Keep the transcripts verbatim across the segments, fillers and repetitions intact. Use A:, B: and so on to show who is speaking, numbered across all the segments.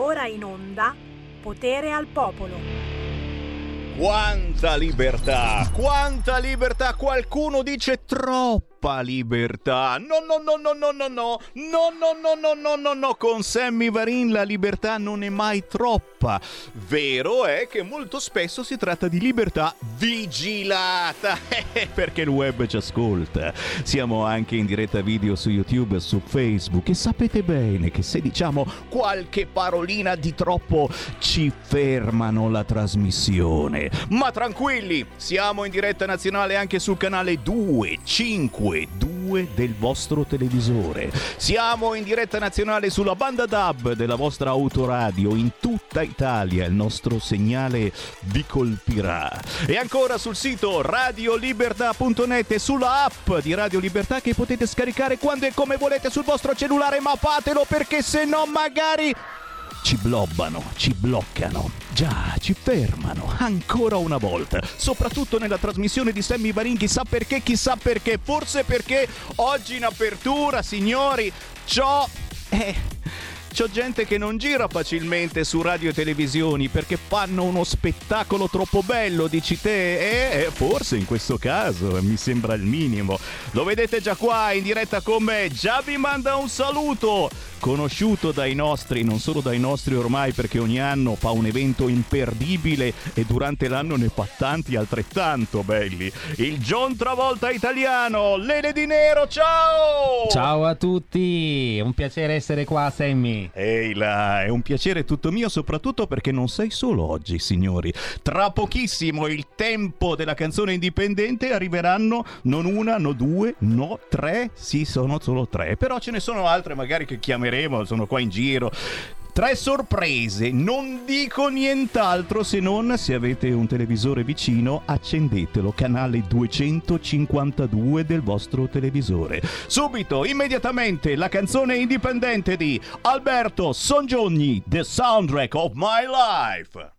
A: ora in onda Potere al Popolo.
B: Quanta libertà, quanta libertà, qualcuno dice troppa libertà. No, no, no, no, no, no, no, no, no, no, no, no, no, no, con Sammy Varin la libertà non è mai troppa. Vero è che molto spesso si tratta di libertà vigilata, perché il web ci ascolta. Siamo anche in diretta video su YouTube e su Facebook e sapete bene che se diciamo qualche parolina di troppo ci fermano la trasmissione. Ma tranquilli, siamo in diretta nazionale anche sul canale duecentocinquantadue del vostro televisore. Siamo in diretta nazionale sulla banda D A B della vostra autoradio in tutta Italia. Il nostro segnale vi colpirà. E ancora sul sito radiolibertà punto net e sulla app di Radio Libertà che potete scaricare quando e come volete sul vostro cellulare, ma fatelo perché se no magari ci blobbano, ci bloccano, già, ci fermano, ancora una volta, soprattutto nella trasmissione di Sammy Varin, chissà perché, chissà perché, forse perché oggi in apertura, signori, c'ho... Eh... C'ho gente che non gira facilmente su radio e televisioni perché fanno uno spettacolo troppo bello, dici te? Eh, forse in questo caso mi sembra il minimo. Lo vedete già qua in diretta con me, già vi manda un saluto, conosciuto dai nostri, non solo dai nostri ormai, perché ogni anno fa un evento imperdibile e durante l'anno ne fa tanti altrettanto belli. Il John Travolta italiano, Lele Di Nero, ciao!
C: Ciao a tutti, un piacere essere qua, Sammy.
B: Ehi là, è un piacere tutto mio, soprattutto perché non sei solo oggi, signori. Tra pochissimo il tempo della canzone indipendente, arriveranno non una, no due, no tre, sì, sono solo tre, però ce ne sono altre magari che chiameremo, sono qua in giro. Tre sorprese, non dico nient'altro se non, se avete un televisore vicino, accendetelo, canale duecentocinquantadue del vostro televisore. Subito, immediatamente, la canzone indipendente di Alberto Songiogni, The Soundtrack of My Life.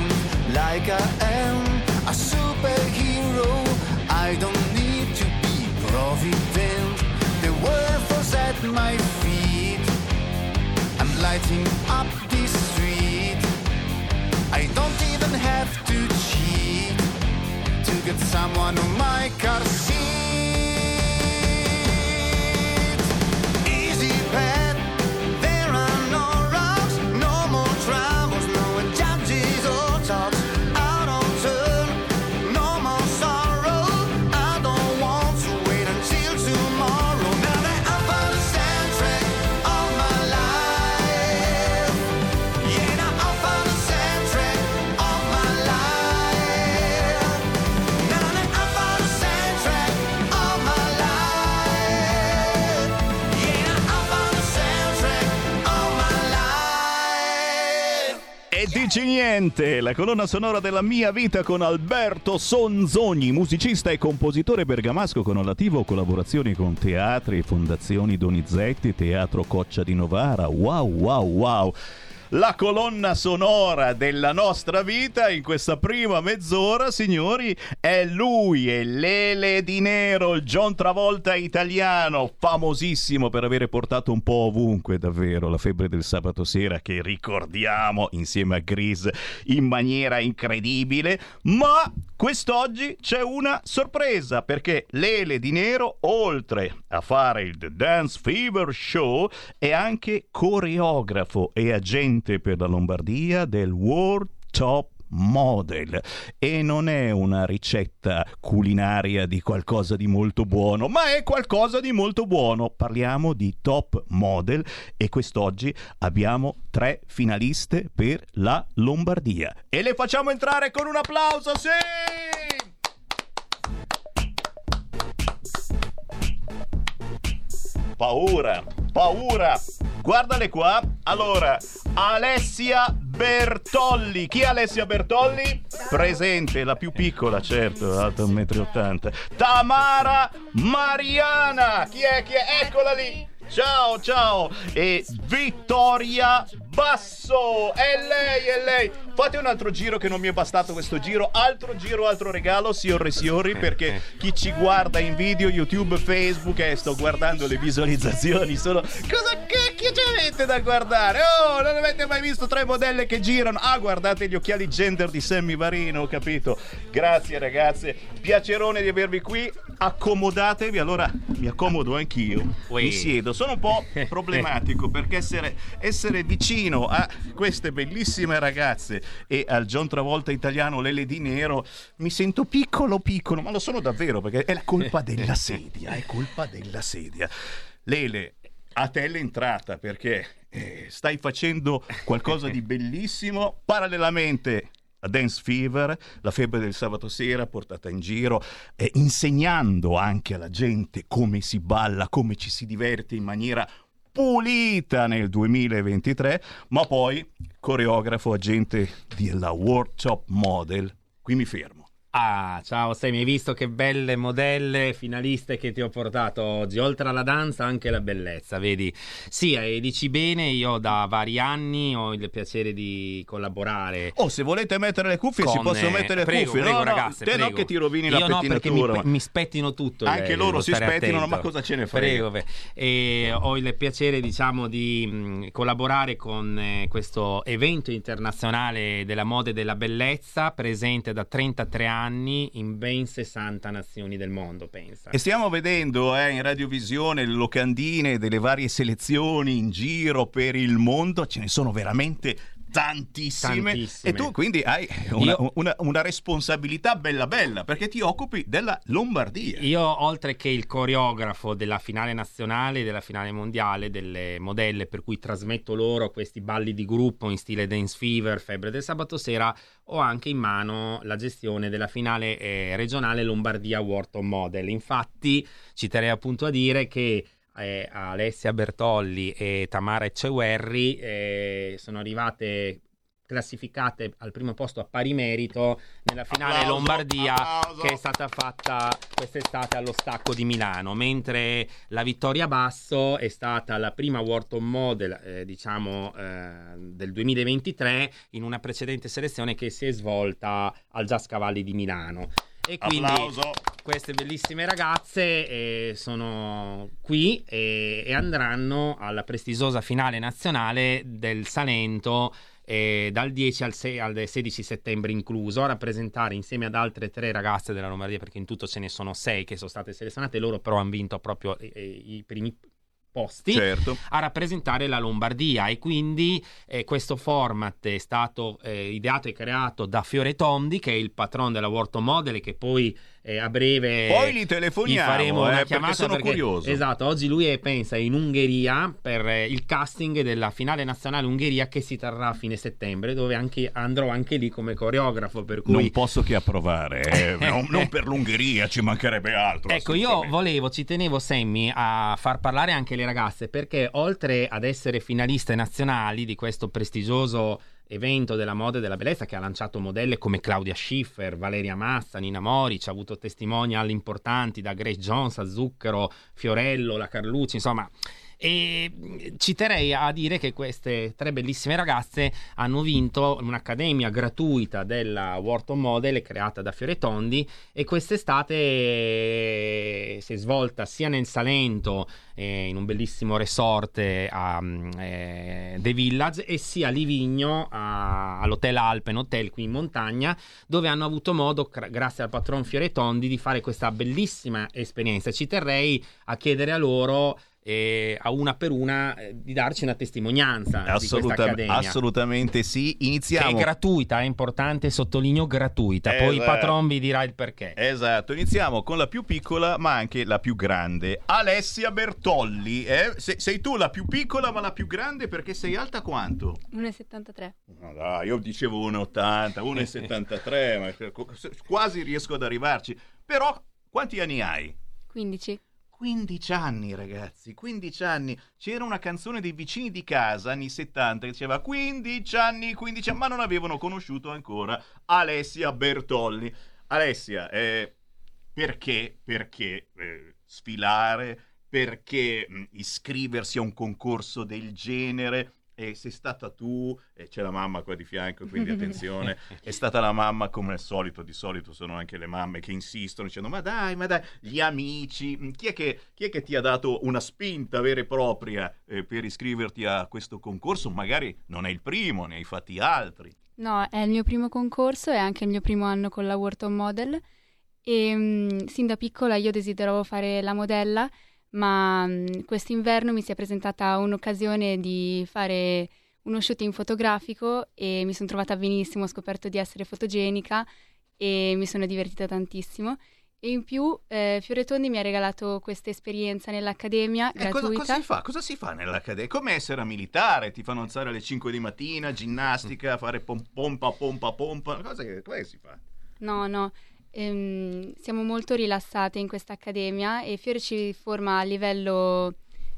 D: like I am a superhero. I don't need to be lighting up the street. I don't even have to cheat to get someone on my car seat. Easy path, there are no rocks, no more troubles, no judges or talks. Out on turn, no more sorrow. I don't want to wait until tomorrow. Now that I'm on the soundtrack of my life. Yeah, now I'm on the soundtrack of my life. Now that I'm on the soundtrack of my life. Yeah, now I'm on the soundtrack of my life.
B: E dici niente, la colonna sonora della mia vita con Alberto Sonzogni, musicista e compositore bergamasco con attivo collaborazioni con teatri e fondazioni Donizetti, Teatro Coccia di Novara. Wow, wow, wow. La colonna sonora della nostra vita in questa prima mezz'ora, signori, è lui, è Lele Di Nero, il John Travolta italiano, famosissimo per avere portato un po' ovunque, davvero, La febbre del sabato sera, che ricordiamo insieme a Grease in maniera incredibile. Ma quest'oggi c'è una sorpresa, perché Lele Di Nero, oltre a fare il The Dance Fever Show, è anche coreografo e agente per la Lombardia del World Top Model, e non è una ricetta culinaria di qualcosa di molto buono, ma è qualcosa di molto buono. Parliamo di Top Model e quest'oggi abbiamo tre finaliste per la Lombardia e le facciamo entrare con un applauso, sì! Paura, paura. Guardale qua. Allora, Alessia Bertolli. Chi è Alessia Bertolli? Presente, la più piccola, certo, alta un metro e ottanta. Tamara Mariana. Chi è? Chi è? Eccola lì. Ciao, ciao. E Vittoria Basso. È lei, è lei. Fate un altro giro, che non mi è bastato questo giro. Altro giro, altro regalo, signore e signori, perché chi ci guarda in video, YouTube, Facebook, eh, sto guardando le visualizzazioni, sono... Cosa cacchio c'avete da guardare? Oh, non avete mai visto tre modelle che girano? Ah, guardate gli occhiali gender di Sammy Varino, ho capito. Grazie ragazze, piacerone di avervi qui. Accomodatevi. Allora mi accomodo anch'io.
C: Ui.
B: Mi siedo. Sono un po' problematico perché essere, essere vicino a queste bellissime ragazze e al John Travolta italiano Lele Di Nero mi sento piccolo piccolo, ma lo sono davvero, perché è la colpa della sedia, è colpa della sedia. Lele, a te l'entrata, perché eh, stai facendo qualcosa di bellissimo parallelamente a Dance Fever, la febbre del sabato sera portata in giro, eh, insegnando anche alla gente come si balla, come ci si diverte in maniera pulita nel duemilaventitré, ma poi coreografo, agente della World Top Model. Qui mi fermo.
C: Ah, ciao Sammy, hai visto che belle modelle finaliste che ti ho portato oggi? Oltre alla danza anche la bellezza, vedi? Sì, eh, dici bene, io da vari anni ho il piacere di collaborare.
B: Oh, se volete mettere le cuffie si
C: con,
B: possono
C: eh,
B: mettere le
C: prego,
B: cuffie.
C: prego,
B: no,
C: ragazze,
B: no, te
C: prego.
B: no che ti rovini la
C: io no, perché
B: pettinatura.
C: mi, mi spettino tutto.
B: Anche
C: eh,
B: loro si
C: stare
B: spettinano,
C: attento.
B: ma cosa ce ne frega?
C: Prego, beh. E ho il piacere, diciamo, di mh, collaborare con eh, questo evento internazionale della moda e della bellezza, presente da trentatré anni in ben sessanta nazioni del mondo, pensa.
B: E stiamo vedendo eh, in radiovisione le locandine delle varie selezioni in giro per il mondo, ce ne sono veramente tantissime,
C: Tantissime.
B: e tu quindi hai una,
C: Io-
B: una, una responsabilità bella bella, perché ti occupi della Lombardia.
C: Io, oltre che il coreografo della finale nazionale e della finale mondiale delle modelle, per cui trasmetto loro questi balli di gruppo in stile Dance Fever, febbre del sabato sera, ho anche in mano la gestione della finale eh, regionale Lombardia World Top Model. Infatti ci terrei appunto a dire che eh, Alessia Bertolli e Tamara Ecceguerri eh, sono arrivate classificate al primo posto a pari merito nella finale
B: Applauso,
C: Lombardia
B: applauso.
C: che è stata fatta quest'estate allo Stacco di Milano, mentre la Vittoria Basso è stata la prima World Top Model eh, diciamo eh, del duemilaventitré in una precedente selezione che si è svolta al Jazz Cavalli di Milano. E quindi
B: Applauso.
C: queste bellissime ragazze eh, sono qui e, e andranno alla prestigiosa finale nazionale del Salento eh, dal dieci al, sei, al sedici settembre incluso, a rappresentare insieme ad altre tre ragazze della Lombardia, perché in tutto ce ne sono sei che sono state selezionate, loro però hanno vinto proprio eh, i primi posti,
B: Certo.
C: a rappresentare la Lombardia. E quindi eh, questo format è stato eh, ideato e creato da Fiore Tondi, che è il patron della World Model, e che poi eh, a breve
B: Poi li telefoniamo,
C: gli faremo
B: eh,
C: una
B: perché
C: chiamata,
B: sono curioso.
C: esatto, oggi lui è, pensa, in Ungheria per eh, il casting della finale nazionale Ungheria, che si terrà a fine settembre, dove anche andrò anche lì come coreografo, per cui
B: Non posso che approvare, eh, non, non per l'Ungheria, ci mancherebbe altro.
C: ecco, io volevo, ci tenevo, Sammy, a far parlare anche le ragazze, perché oltre ad essere finaliste nazionali di questo prestigioso evento della moda e della bellezza, che ha lanciato modelle come Claudia Schiffer, Valeria Massa, Nina Mori, ci ha avuto testimonial importanti da Grace Jones a Zucchero, Fiorello, la Carlucci, insomma. E ci terrei a dire che queste tre bellissime ragazze hanno vinto un'accademia gratuita della World Model creata da Fiore Tondi, e quest'estate si è svolta sia nel Salento eh, in un bellissimo resort eh, a eh, The Village, e sia a Livigno a, all'Hotel Alpen Hotel qui in montagna, dove hanno avuto modo, cra- grazie al patron Fiore Tondi, di fare questa bellissima esperienza. Ci terrei a chiedere a loro e a una per una eh, di darci una testimonianza di questa
B: Assoluta-
C: accademia,
B: assolutamente sì.
C: che
B: Iniziamo.
C: è gratuita, è importante, sottolineo gratuita, poi il
B: Esatto.
C: patron vi dirà il perché.
B: Esatto, iniziamo con la più piccola ma anche la più grande, Alessia Bertolli. eh? Se- sei tu la più piccola ma la più grande, perché sei alta quanto?
E: uno virgola settantatré.
B: No, dai, io dicevo uno virgola ottanta, uno virgola settantatré, ma quasi riesco ad arrivarci. Però quanti anni hai?
E: quindici.
B: quindici anni, ragazzi, quindici anni. C'era una canzone dei vicini di casa, anni settanta, che diceva quindici anni, quindici anni, ma non avevano conosciuto ancora Alessia Bertolli. Alessia, eh, perché, perché eh, sfilare, perché mh, iscriversi a un concorso del genere? E sei stata tu, e c'è la mamma qua di fianco, quindi attenzione, è stata la mamma come al solito, di solito sono anche le mamme che insistono dicendo ma dai, ma dai, gli amici, chi è che, chi è che ti ha dato una spinta vera e propria eh, per iscriverti a questo concorso? Magari non è il primo, ne hai fatti altri.
E: No, è il mio primo concorso, è anche il mio primo anno con la World Model, e mh, sin da piccola io desideravo fare la modella, ma mh, quest'inverno mi si è presentata un'occasione di fare uno shooting fotografico e mi sono trovata benissimo, ho scoperto di essere fotogenica e mi sono divertita tantissimo. E in più eh, Fiore Tondi mi ha regalato questa esperienza nell'accademia
B: Eh, cosa,
E: gratuita.
B: cosa si fa? Cosa si fa nell'accademia? Come essere militare? Ti fanno alzare alle cinque di mattina, ginnastica, fare pom- pompa, pompa, pompa, cosa che, come si fa?
E: No, no, ehm, siamo molto rilassate in questa accademia e Fiore ci forma a livello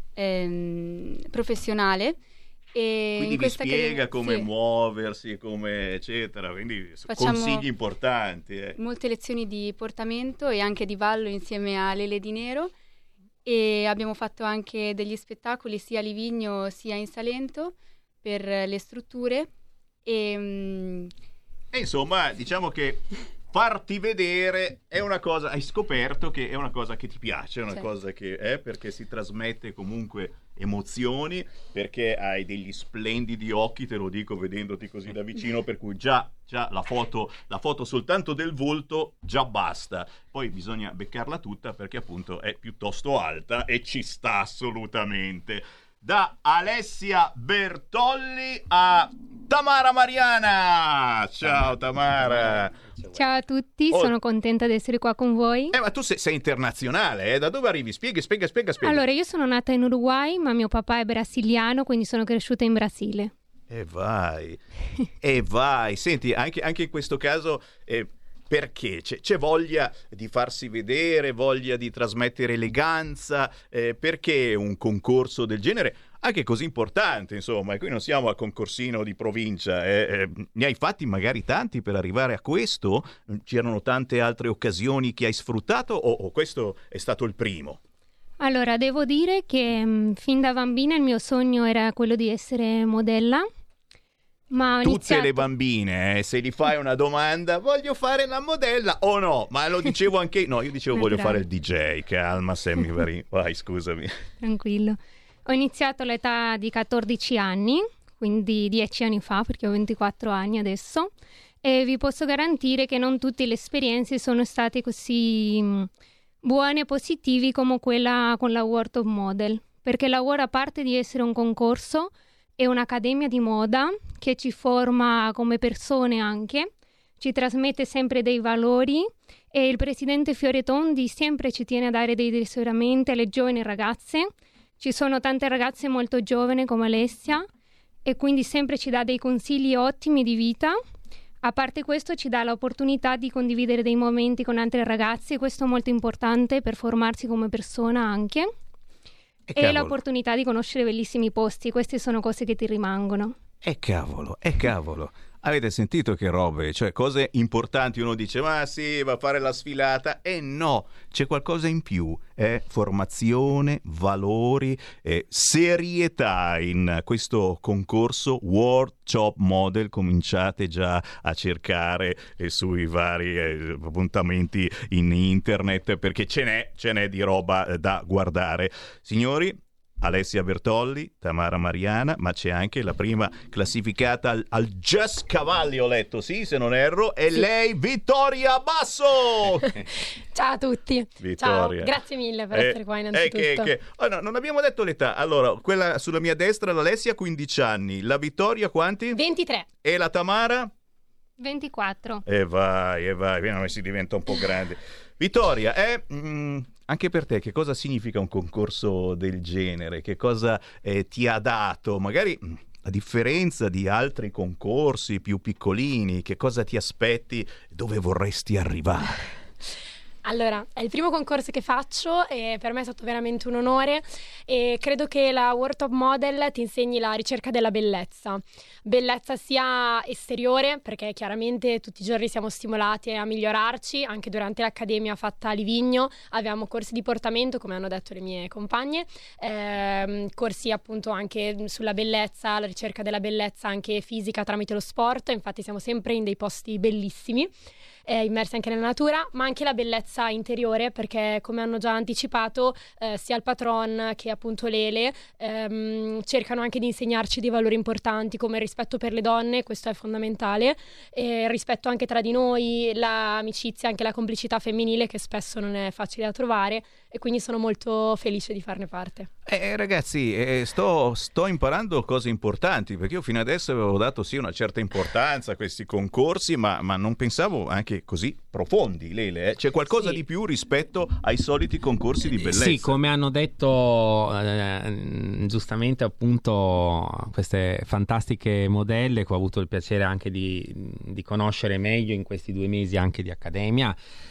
E: ehm, professionale. E
B: Quindi
E: in
B: vi
E: questa
B: spiega
E: accademia-
B: come
E: sì,
B: muoversi, come eccetera, quindi
E: Facciamo
B: consigli importanti. Eh.
E: molte lezioni di portamento e anche di ballo insieme a Lele Di Nero, e abbiamo fatto anche degli spettacoli sia a Livigno sia in Salento per le strutture e, mm,
B: E insomma, diciamo che farti vedere è una cosa, hai scoperto che è una cosa che ti piace, è una
E: Certo.
B: cosa che è perché si trasmette comunque emozioni, perché hai degli splendidi occhi, te lo dico vedendoti così da vicino, per cui già, già la foto, la foto soltanto del volto già basta, poi bisogna beccarla tutta perché appunto è piuttosto alta e ci sta assolutamente. Da Alessia Bertolli a Tamara Mariana. Ciao Tamara.
F: Ciao a tutti,
B: Oh.
F: sono contenta di essere qua con voi.
B: Eh, ma tu sei, sei internazionale, eh? Da dove arrivi? Spieghi, spiega, spiega, spiega.
F: Allora, io sono nata in Uruguay, ma mio papà è brasiliano, quindi sono cresciuta in Brasile.
B: E vai, e vai. Senti, anche, anche in questo caso, eh, perché c'è, c'è voglia di farsi vedere, voglia di trasmettere eleganza, eh, perché un concorso del genere, anche così importante, insomma, e qui non siamo al concorsino di provincia, eh, eh, ne hai fatti magari tanti per arrivare a questo? C'erano tante altre occasioni che hai sfruttato o, o questo è stato il primo?
F: Allora, devo dire che mh, fin da bambina il mio sogno era quello di essere modella. Ma ho
B: tutte
F: iniziato...
B: le bambine, eh, se gli fai una domanda, voglio fare la modella o no, ma lo dicevo anche, no, io dicevo voglio fare il D J, calma Sammy Varin, vai scusami.
F: Tranquillo. Ho iniziato all'età di quattordici anni, quindi dieci anni fa, perché ho ventiquattro anni adesso, e vi posso garantire che non tutte le esperienze sono state così mh, buone e positive come quella con la World of Model, perché la World, a parte di essere un concorso, è un'accademia di moda che ci forma come persone anche, ci trasmette sempre dei valori e il presidente Fiore Tondi sempre ci tiene a dare dei riservamenti alle giovani ragazze. Ci sono tante ragazze molto giovani come Alessia e quindi sempre ci dà dei consigli ottimi di vita. A parte questo ci dà l'opportunità di condividere dei momenti con altre ragazze, questo è molto importante per formarsi come persona anche.
B: E,
F: e l'opportunità di conoscere bellissimi posti, queste sono cose che ti rimangono.
B: E cavolo, e cavolo. Avete sentito che robe, cioè cose importanti, uno dice ma sì, va a fare la sfilata, e no, c'è qualcosa in più, è formazione, valori, eh, serietà in questo concorso World Top Model. Cominciate già a cercare eh, sui vari eh, appuntamenti in internet, perché ce n'è, ce n'è di roba eh, da guardare. Signori, Alessia Bertolli, Tamara Mariana, ma c'è anche la prima classificata al, al Just Cavalli, ho letto, sì, se non erro, e
G: sì.
B: lei Vittoria Basso.
G: Ciao a tutti.
B: Vittoria.
G: Ciao, grazie mille per
B: Eh,
G: essere qua
B: eh,
G: innanzitutto.
B: che, che... Oh, no, non abbiamo detto l'età. Allora, quella sulla mia destra, l'Alessia, quindici anni, la Vittoria quanti?
G: ventitré.
B: E la Tamara?
F: ventiquattro.
B: E vai, e vai, vediamo, si diventa un po' grande. Vittoria, eh, mm, anche per te che cosa significa un concorso del genere? Che cosa eh, ti ha dato? Magari mm, a differenza di altri concorsi più piccolini, che cosa ti aspetti? Dove vorresti arrivare?
G: Allora, è il primo concorso che faccio e per me è stato veramente un onore e credo che la World Top Model ti insegni la ricerca della bellezza. Bellezza sia esteriore, perché chiaramente tutti i giorni siamo stimolati a migliorarci, anche durante l'accademia fatta a Livigno abbiamo corsi di portamento, come hanno detto le mie compagne, ehm, corsi appunto anche sulla bellezza, la ricerca della bellezza anche fisica tramite lo sport, infatti siamo sempre in dei posti bellissimi. Eh, immersi anche nella natura, ma anche la bellezza interiore, perché come hanno già anticipato eh, sia il patron che appunto Lele ehm, cercano anche di insegnarci dei valori importanti come il rispetto per le donne, questo è fondamentale, e il rispetto anche tra di noi, l'amicizia, anche la complicità femminile che spesso non è facile da trovare, e quindi sono molto felice di farne parte.
B: Eh, ragazzi, eh, sto, sto imparando cose importanti, perché io fino adesso avevo dato sì una certa importanza a questi concorsi, ma, ma non pensavo anche così profondi, Lele. Eh? C'è qualcosa
C: Sì.
B: di più rispetto ai soliti concorsi di bellezza?
C: Sì, come hanno detto eh, giustamente appunto queste fantastiche modelle che ho avuto il piacere anche di, di conoscere meglio in questi due mesi anche di accademia.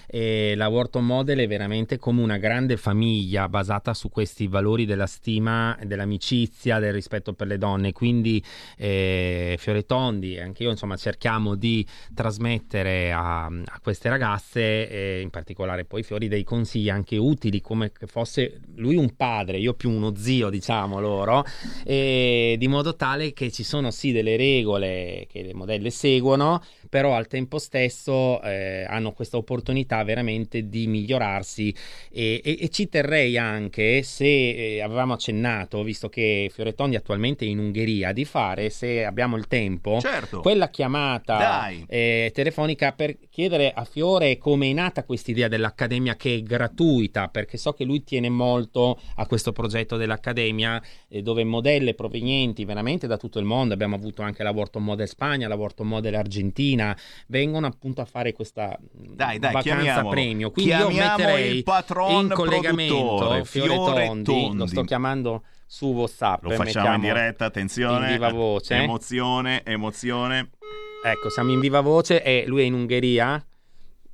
C: E la World Top Model è veramente come una grande famiglia basata su questi valori della stima, dell'amicizia, del rispetto per le donne, quindi eh, Fiore Tondi e anche io insomma cerchiamo di trasmettere a, a queste ragazze eh, in particolare poi Fiori dei consigli anche utili, come che fosse lui un padre, io più uno zio diciamo loro, e di modo tale che ci sono sì delle regole che le modelle seguono, però al tempo stesso eh, hanno questa opportunità veramente di migliorarsi e, e, e ci terrei anche, se eh, avevamo accennato, visto che Fiore Tondi attualmente è in Ungheria, di fare, se abbiamo il tempo,
B: Certo.
C: quella chiamata
B: Dai.
C: eh, telefonica per chiedere a Fiore come è nata quest'idea dell'Accademia, che è gratuita, perché so che lui tiene molto a questo progetto dell'Accademia eh, dove modelle provenienti veramente da tutto il mondo, abbiamo avuto anche la World Top Model Spagna, la World Top Model Argentina, vengono appunto a fare questa
B: Dai, dai,
C: vacanza
B: chiamiamolo.
C: premio, quindi io
B: Chiamiamo
C: metterei
B: il patron
C: in collegamento
B: produttore,
C: Fiore,
B: Fiore
C: Tondi,
B: Tondi.
C: lo sto chiamando su WhatsApp,
B: Lo facciamo in diretta, attenzione,
C: in viva voce.
B: emozione, emozione.
C: Ecco, siamo in viva voce e lui è in Ungheria.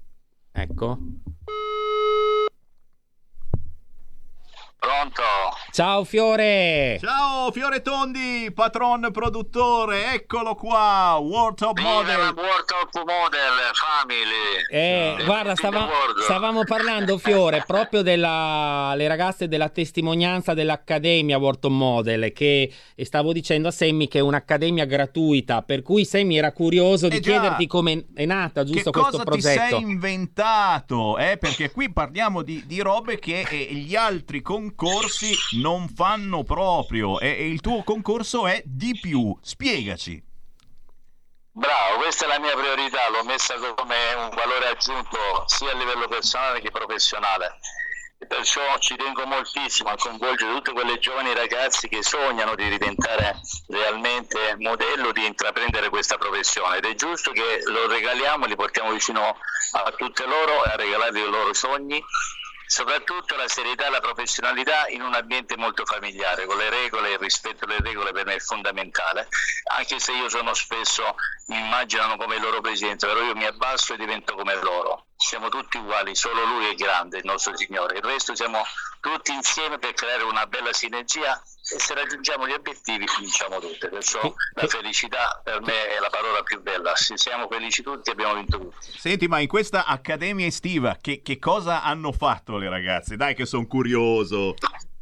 C: Ecco.
H: Pronto?
C: Ciao Fiore!
B: Ciao Fiore Tondi, patron produttore, eccolo qua, World Top Model.
H: World Top Model Family.
C: Eh,
H: Ciao.
C: guarda, stava-
H: D'accordo.
C: stavamo parlando, Fiore, proprio della le ragazze della testimonianza dell'Accademia World Top Model, che e stavo dicendo a Sammy che è un'accademia gratuita, per cui Sammy era curioso di
B: Eh già.
C: chiederti come è nata giusto
B: Che
C: questo
B: cosa
C: progetto.
B: ti sei inventato? Eh? Perché qui parliamo di, di robe che eh, gli altri concorsi non fanno proprio e, e il tuo concorso è di più. Spiegaci.
H: Bravo, questa è la mia priorità, l'ho messa come un valore aggiunto sia a livello personale che professionale. E perciò ci tengo moltissimo a coinvolgere tutte quelle giovani ragazze che sognano di diventare realmente modello, di intraprendere questa professione, ed è giusto che lo regaliamo, li portiamo vicino a tutte loro e a regalargli i loro sogni, soprattutto la serietà e la professionalità in un ambiente molto familiare, con le regole, il rispetto delle regole per me è fondamentale, anche se io sono spesso, mi immaginano come il loro presidente, però io mi abbasso e divento come loro. Siamo tutti uguali, solo lui è grande, il nostro Signore, il resto siamo tutti insieme per creare una bella sinergia e se raggiungiamo gli obiettivi vinciamo tutti, perciò la felicità per me è la parola più bella, se siamo felici tutti abbiamo vinto tutti.
B: Senti, ma in questa accademia estiva che, che cosa hanno fatto le ragazze? Dai che sono curioso.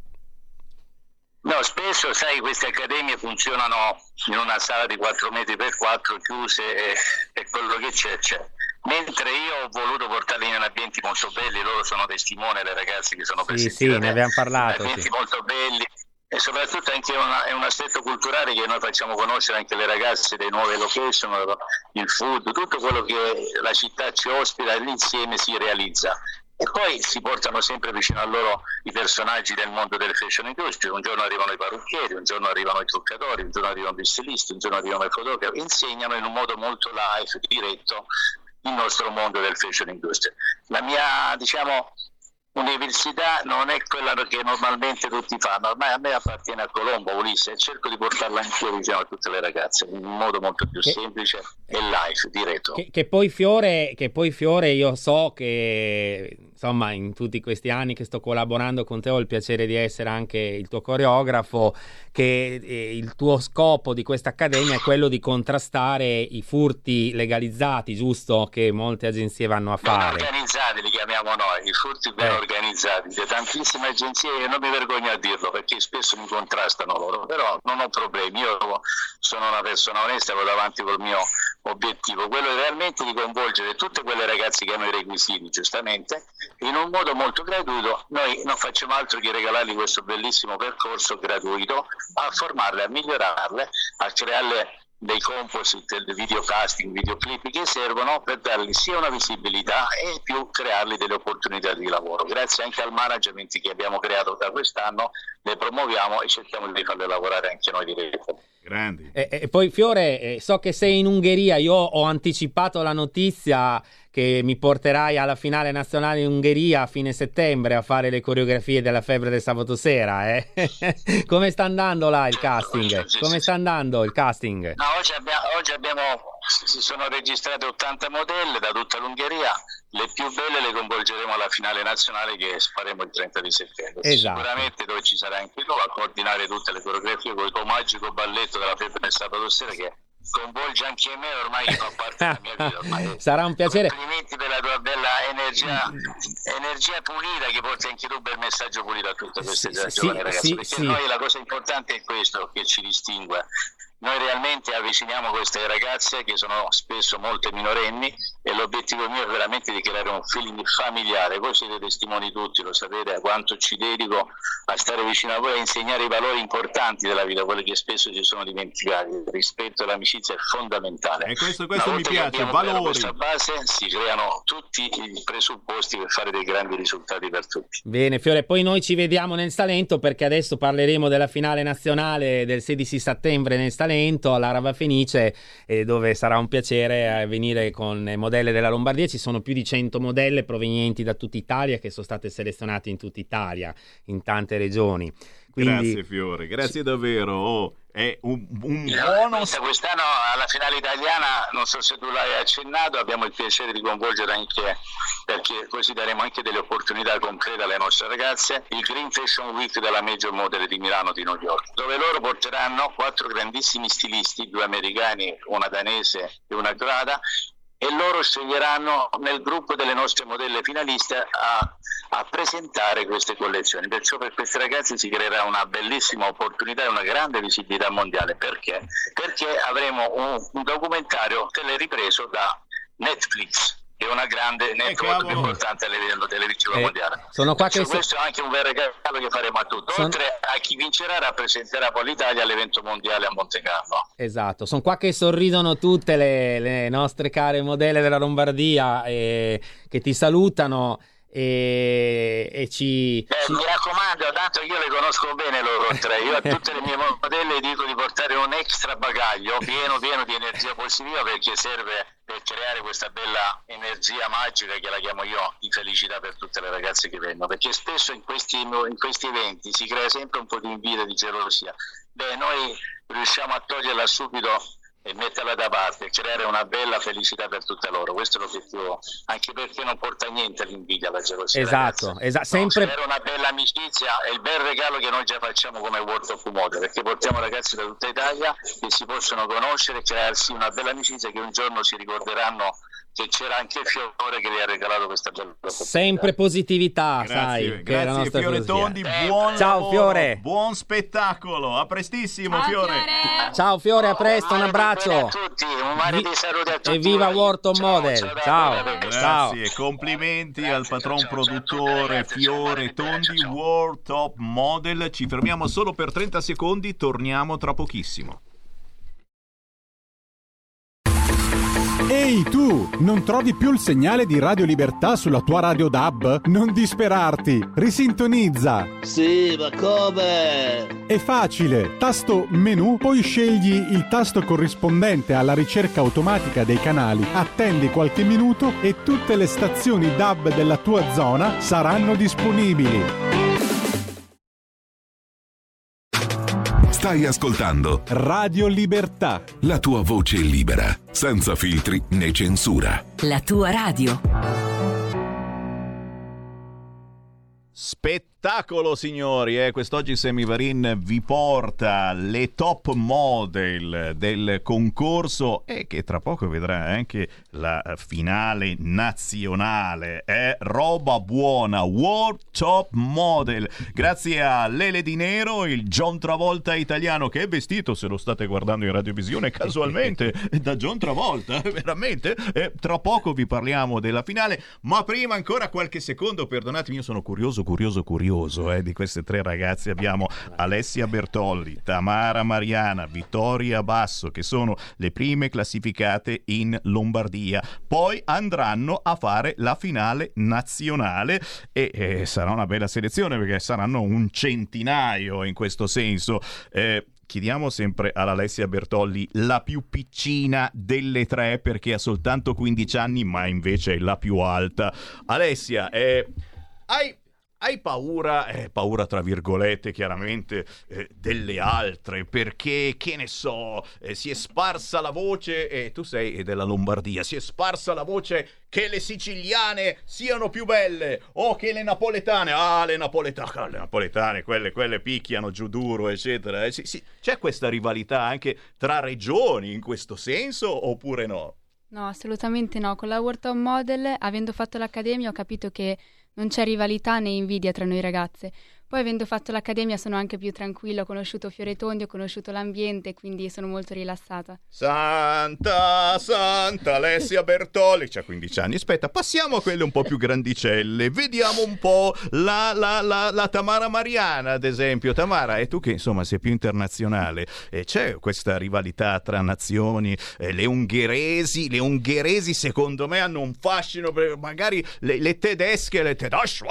H: No, spesso sai queste accademie funzionano in una sala di quattro metri per quattro chiuse e, e quello che c'è c'è. Mentre io ho voluto portarli in ambienti molto belli, loro sono testimoni, le ragazze che sono
C: Sì,
H: presenti.
C: sì,
H: da
C: ne
H: me,
C: abbiamo parlato.
H: ambienti
C: Sì.
H: molto belli e soprattutto anche una, è un aspetto culturale che noi facciamo conoscere anche le ragazze delle nuove location, il food, tutto quello che la città ci ospita e l'insieme si realizza. E poi si portano sempre vicino a loro i personaggi del mondo delle fashion industry, un giorno arrivano i parrucchieri, un giorno arrivano i truccatori, un giorno arrivano i stilisti, un giorno arrivano i fotografi, insegnano in un modo molto live, diretto, il nostro mondo del fashion industry. La mia, diciamo, università non è quella che normalmente tutti fanno, ormai a me appartiene a Colombo, Ulisse, e cerco di portarla anch'io vicino a tutte le ragazze in un modo molto più
C: Che-
H: semplice e live, diretto.
C: Che, che poi Fiore, che poi Fiore, io so che insomma in tutti questi anni che sto collaborando con te ho il piacere di essere anche il tuo coreografo, che eh, il tuo scopo di questa accademia è quello di contrastare i furti legalizzati, giusto? Che molte agenzie vanno a
H: Ben
C: fare.
H: organizzati li chiamiamo noi, i furti ben
C: Eh.
H: organizzati, di tantissime agenzie, e non mi vergogno a dirlo perché spesso mi contrastano loro, però non ho problemi, io sono una persona onesta, vado avanti col mio obiettivo, quello realmente di coinvolgere tutte quelle ragazze che hanno i requisiti, giustamente, in un modo molto gratuito. Noi non facciamo altro che regalargli questo bellissimo percorso gratuito, a formarle, a migliorarle, a crearle dei composite, dei videocasting, videoclip che servono per dargli sia una visibilità e più creargli delle opportunità di lavoro. Grazie anche al management che abbiamo creato da quest'anno, le promuoviamo e cerchiamo di farle lavorare anche noi direttamente.
B: Grandi.
C: E, e poi Fiore, eh, so che sei in Ungheria, io ho anticipato la notizia che mi porterai alla finale nazionale in Ungheria a fine settembre a fare le coreografie della Febbre del sabato sera, eh? Come sta andando là il casting? Come sta andando il casting?
H: No, oggi abbiamo, oggi abbiamo si sono registrate ottanta modelle da tutta l'Ungheria, le più belle le coinvolgeremo alla finale nazionale che faremo il trenta di settembre.
C: Esatto.
H: Sicuramente dove ci sarà anche tu a coordinare tutte le coreografie con il tuo magico balletto della Febbre del sabato sera che coinvolge anche me, ormai che fa parte della mia vita. Ormai.
C: Sarà un piacere.
H: Complimenti per la tua bella energia, energia pulita, che porti anche tu un bel messaggio pulito a tutte queste
C: Sì,
H: giovani
C: sì,
H: ragazze,
C: sì,
H: perché
C: sì.
H: noi la cosa importante è questo che ci distingue. Noi realmente avviciniamo queste ragazze che sono spesso molte minorenni e l'obiettivo mio è veramente di creare un feeling familiare. Voi siete testimoni tutti, lo sapete a quanto ci dedico a stare vicino a voi, a insegnare i valori importanti della vita, quelli che spesso ci sono dimenticati. Il rispetto e l'amicizia è fondamentale.
B: E questo, questo
H: Una
B: mi
H: volta che
B: piace,
H: abbiamo creato
B: valori.
H: questa base si creano tutti i presupposti per fare dei grandi risultati per tutti.
C: Bene Fiore, poi noi ci vediamo nel Salento, perché adesso parleremo della finale nazionale del sedici settembre nel Salento alla Rava Fenice, eh, dove sarà un piacere eh, venire con eh, modelle della Lombardia. Ci sono più di cento modelle provenienti da tutta Italia che sono state selezionate in tutta Italia, in tante regioni.
I: Quindi...
B: Grazie Fiore, grazie davvero. Oh, è un, un
H: Allora,
B: buono...
H: questa- quest'anno alla finale italiana, non so se tu l'hai accennato, abbiamo il piacere di coinvolgere anche, perché così daremo anche delle opportunità concrete alle nostre ragazze, il Green Fashion Week della Major Model di Milano di New York, dove loro porteranno quattro grandissimi stilisti, due americani, una danese e una croata, e loro sceglieranno nel gruppo delle nostre modelle finaliste a, a presentare queste collezioni. Perciò per questi ragazzi si creerà una bellissima opportunità e una grande visibilità mondiale. Perché? Perché avremo un, un documentario teleripreso da Netflix, che è una grande network più importante a livello televisivo
I: Eh,
H: mondiale.
I: sono qua
H: Perciò
I: che se-
H: questo è anche un vero regalo che faremo a tutti.
I: Son-
H: Oltre a chi vincerà, rappresenterà poi l'Italia all'evento mondiale a Monte Carlo.
I: Esatto, sono qua che sorridono tutte le, le nostre care modelle della Lombardia e che ti salutano e, e ci,
H: Eh,
I: ci-
H: mi raccomando, tanto io le conosco bene loro tre. Io a tutte le mie modelle dico di portare un extra bagaglio pieno pieno di energia positiva, perché serve per creare questa bella energia magica che la chiamo io di felicità per tutte le ragazze che vengono, perché spesso in questi, in questi eventi si crea sempre un po' di invidia e di gelosia. Beh, noi riusciamo a toglierla subito e metterla da parte e creare una bella felicità per tutte loro. Questo è l'obiettivo, anche perché non porta niente l'invidia, la gelosia.
I: Esatto,
H: ragazzi.
I: esa-
H: No,
I: sempre-
H: creare una bella amicizia è il bel regalo che noi già facciamo come World of Model, perché portiamo ragazzi da tutta Italia che si possono conoscere e crearsi una bella amicizia, che un giorno si ricorderanno che c'era anche Fiore che gli ha regalato questa bella opportunità.
I: sempre positività,
B: Grazie,
I: sai, che è la
B: grazie
I: nostra
B: Fiore
I: filosofia.
B: Tondi, buon
I: Ciao,
B: lavoro,
I: Fiore.
B: buon spettacolo, a prestissimo Fiore.
I: Ciao Fiore, a presto, un
H: mare di
I: abbraccio.
H: bene a tutti, un mare
I: Vi-
H: di saluti a tutti.
I: e viva
H: voi.
I: World of
H: Ciao,
I: Model.
H: ciao,
I: Ciao.
H: Davide.
I: Ciao.
B: Grazie, complimenti
H: Grazie,
B: al patron
H: ciao, ciao, ciao a tutti,
B: produttore
H: ragazzi, ciao,
B: Fiore
H: ciao,
B: Tondi,
H: ciao, ciao.
B: World Top Model. Ci fermiamo solo per trenta secondi, torniamo tra pochissimo.
J: Ehi tu, non trovi più il segnale di Radio Libertà sulla tua radio D A B? Non disperarti, risintonizza.
K: Sì, ma come?
J: È facile, tasto menu, poi scegli il tasto corrispondente alla ricerca automatica dei canali, attendi qualche minuto e tutte le stazioni D A B della tua zona saranno disponibili.
L: Stai ascoltando
J: Radio Libertà.
L: la tua voce libera, senza filtri né censura.
M: La tua radio.
B: Spettacolo signori, eh? Quest'oggi Semivarin vi porta le top model del concorso e che tra poco vedrà anche la finale nazionale. È roba buona, World Top Model. Grazie a Lele Di Nero, il John Travolta italiano, che è vestito, se lo state guardando in radiovisione casualmente, da John Travolta, veramente. Eh, tra poco vi parliamo della finale, ma prima ancora qualche secondo, perdonatemi, io sono curioso, curioso, curioso eh, di queste tre ragazze. Abbiamo Alessia Bertolli, Tamara Mariana, Vittoria Basso, che sono le prime classificate in Lombardia. Poi andranno a fare la finale nazionale e eh, sarà una bella selezione, perché saranno un centinaio in questo senso. Eh, Chiediamo sempre all'Alessia Bertolli, la più piccina delle tre, perché ha soltanto quindici anni, ma invece è la più alta. Alessia, eh, hai... Hai paura, eh, paura tra virgolette chiaramente, eh, delle altre, perché, che ne so, eh, si è sparsa la voce, e eh, tu sei della Lombardia, si è sparsa la voce che le siciliane siano più belle, o che le napoletane, ah le napoletane, le napoletane, quelle, quelle picchiano giù duro, eccetera. Eh, sì, sì. C'è questa rivalità anche tra regioni in questo senso, oppure no?
E: No, assolutamente no. Con la World Top Model, avendo fatto l'accademia, ho capito che non c'è rivalità né invidia tra noi ragazze. Poi, avendo fatto l'accademia, sono anche più tranquilla, ho conosciuto Fiore Tondi, ho conosciuto l'ambiente, quindi sono molto rilassata.
B: Santa, Santa Alessia Bertolli, c'ha quindici anni. Aspetta, passiamo a quelle un po' più grandicelle. Vediamo un po' la, la, la, la Tamara Mariana, ad esempio. Tamara, e tu che insomma sei più internazionale, eh, c'è questa rivalità tra nazioni? Eh, le ungheresi, le ungheresi secondo me hanno un fascino, magari le, le tedesche, le tedesche,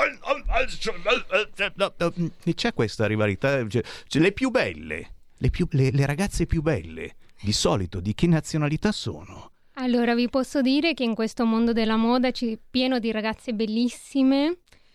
B: c'è questa rivalità, cioè, cioè, le più belle, le, più, le, le ragazze più belle, di solito di che nazionalità sono?
F: Allora, vi posso dire che in questo mondo della moda c'è pieno di ragazze bellissime,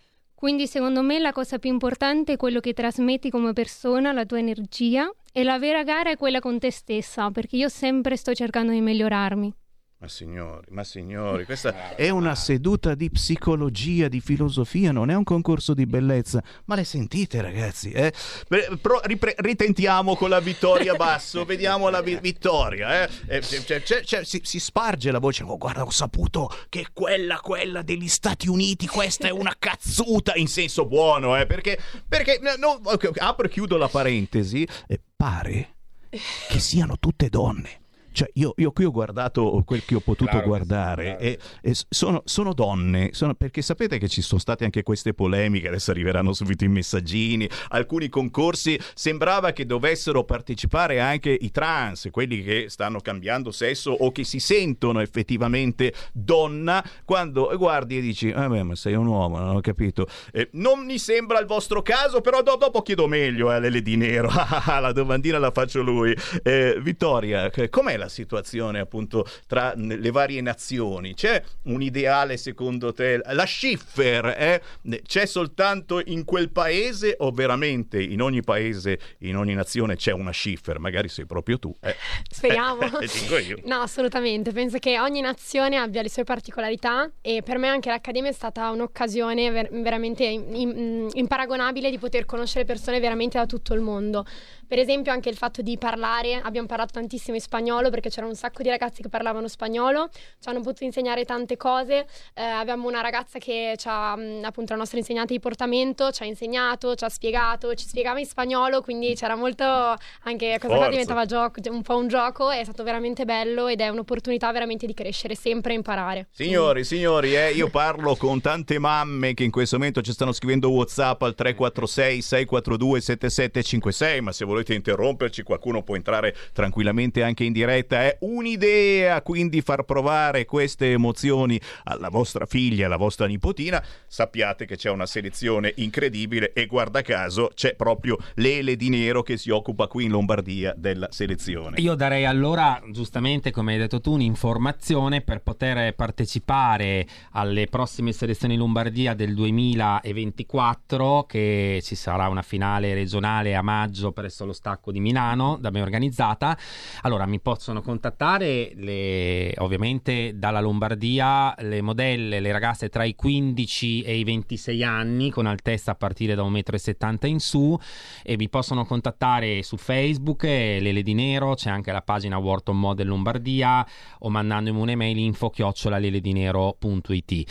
F: Quindi secondo me la cosa più importante è quello che trasmetti come persona, la tua energia, e la vera gara è quella con te stessa, perché io sempre sto cercando di migliorarmi.
B: Ma signori, ma signori, questa è una seduta di psicologia, di filosofia, non è un concorso di bellezza. Ma le sentite, ragazzi? Eh? Pro, ripre- ritentiamo con la Vittoria Basso, vediamo la vi- Vittoria. Eh? Eh, cioè, cioè, cioè, si, si sparge la voce, oh, guarda, ho saputo che quella, quella degli Stati Uniti, questa è una cazzuta, in senso buono, eh? perché, perché no, okay, apro e chiudo la parentesi, eh, pare che siano tutte donne. Cioè io, io qui ho guardato quel che ho potuto
C: Claro,
B: guardare
C: sì,
B: e, e sono, sono donne, sono, perché sapete che ci sono state anche queste polemiche, adesso arriveranno subito i messaggini, alcuni concorsi sembrava che dovessero partecipare anche i trans, quelli che stanno cambiando sesso o che si sentono effettivamente donna, quando guardi e dici vabbè ma sei un uomo, non ho capito, eh, non mi sembra il vostro caso, però do, dopo chiedo meglio a eh, Lele Di Nero. La domandina la faccio lui. eh, Vittoria, com'è la situazione appunto tra le varie nazioni? C'è un ideale secondo te? La Schiffer eh? c'è soltanto in quel paese o veramente in ogni paese, in ogni nazione c'è una Schiffer? Magari sei proprio tu. Eh?
G: Speriamo.
B: Dico io.
G: No, assolutamente. Penso che ogni nazione abbia le sue particolarità e per me anche l'Accademia è stata un'occasione ver- veramente in- in- imparagonabile di poter conoscere persone veramente da tutto il mondo. Per esempio anche il fatto di parlare, abbiamo parlato tantissimo in spagnolo perché c'erano un sacco di ragazzi che parlavano spagnolo, ci hanno potuto insegnare tante cose, eh, abbiamo una ragazza che ci ha, appunto la nostra insegnante di portamento, ci ha insegnato, ci ha spiegato, ci spiegava in spagnolo, quindi c'era molto, anche questa qua diventava gioco, un po' un gioco, è stato veramente bello ed è un'opportunità veramente di crescere, sempre imparare.
B: Signori, signori, eh, io parlo con tante mamme che in questo momento ci stanno scrivendo WhatsApp al tre quattro sei sei quattro due sette sette cinque sei, ma se volete interromperci qualcuno può entrare tranquillamente anche in diretta. È un'idea quindi far provare queste emozioni alla vostra figlia, alla vostra nipotina. Sappiate che c'è una selezione incredibile e guarda caso c'è proprio Lele Di Nero che si occupa qui in Lombardia della selezione.
C: Io darei allora, giustamente come hai detto tu, un'informazione per poter partecipare alle prossime selezioni in Lombardia del duemilaventiquattro, che ci sarà una finale regionale a maggio presso lo Stacco di Milano da me organizzata. Allora mi possono contattare le, ovviamente dalla Lombardia le modelle, le ragazze tra i quindici e i ventisei anni con altezza a partire da un metro e settanta in su, e mi possono contattare su Facebook, eh, Lele Di Nero, c'è anche la pagina Wharton Model Lombardia, o mandandomi un'email info chiocciola leledinero punto it.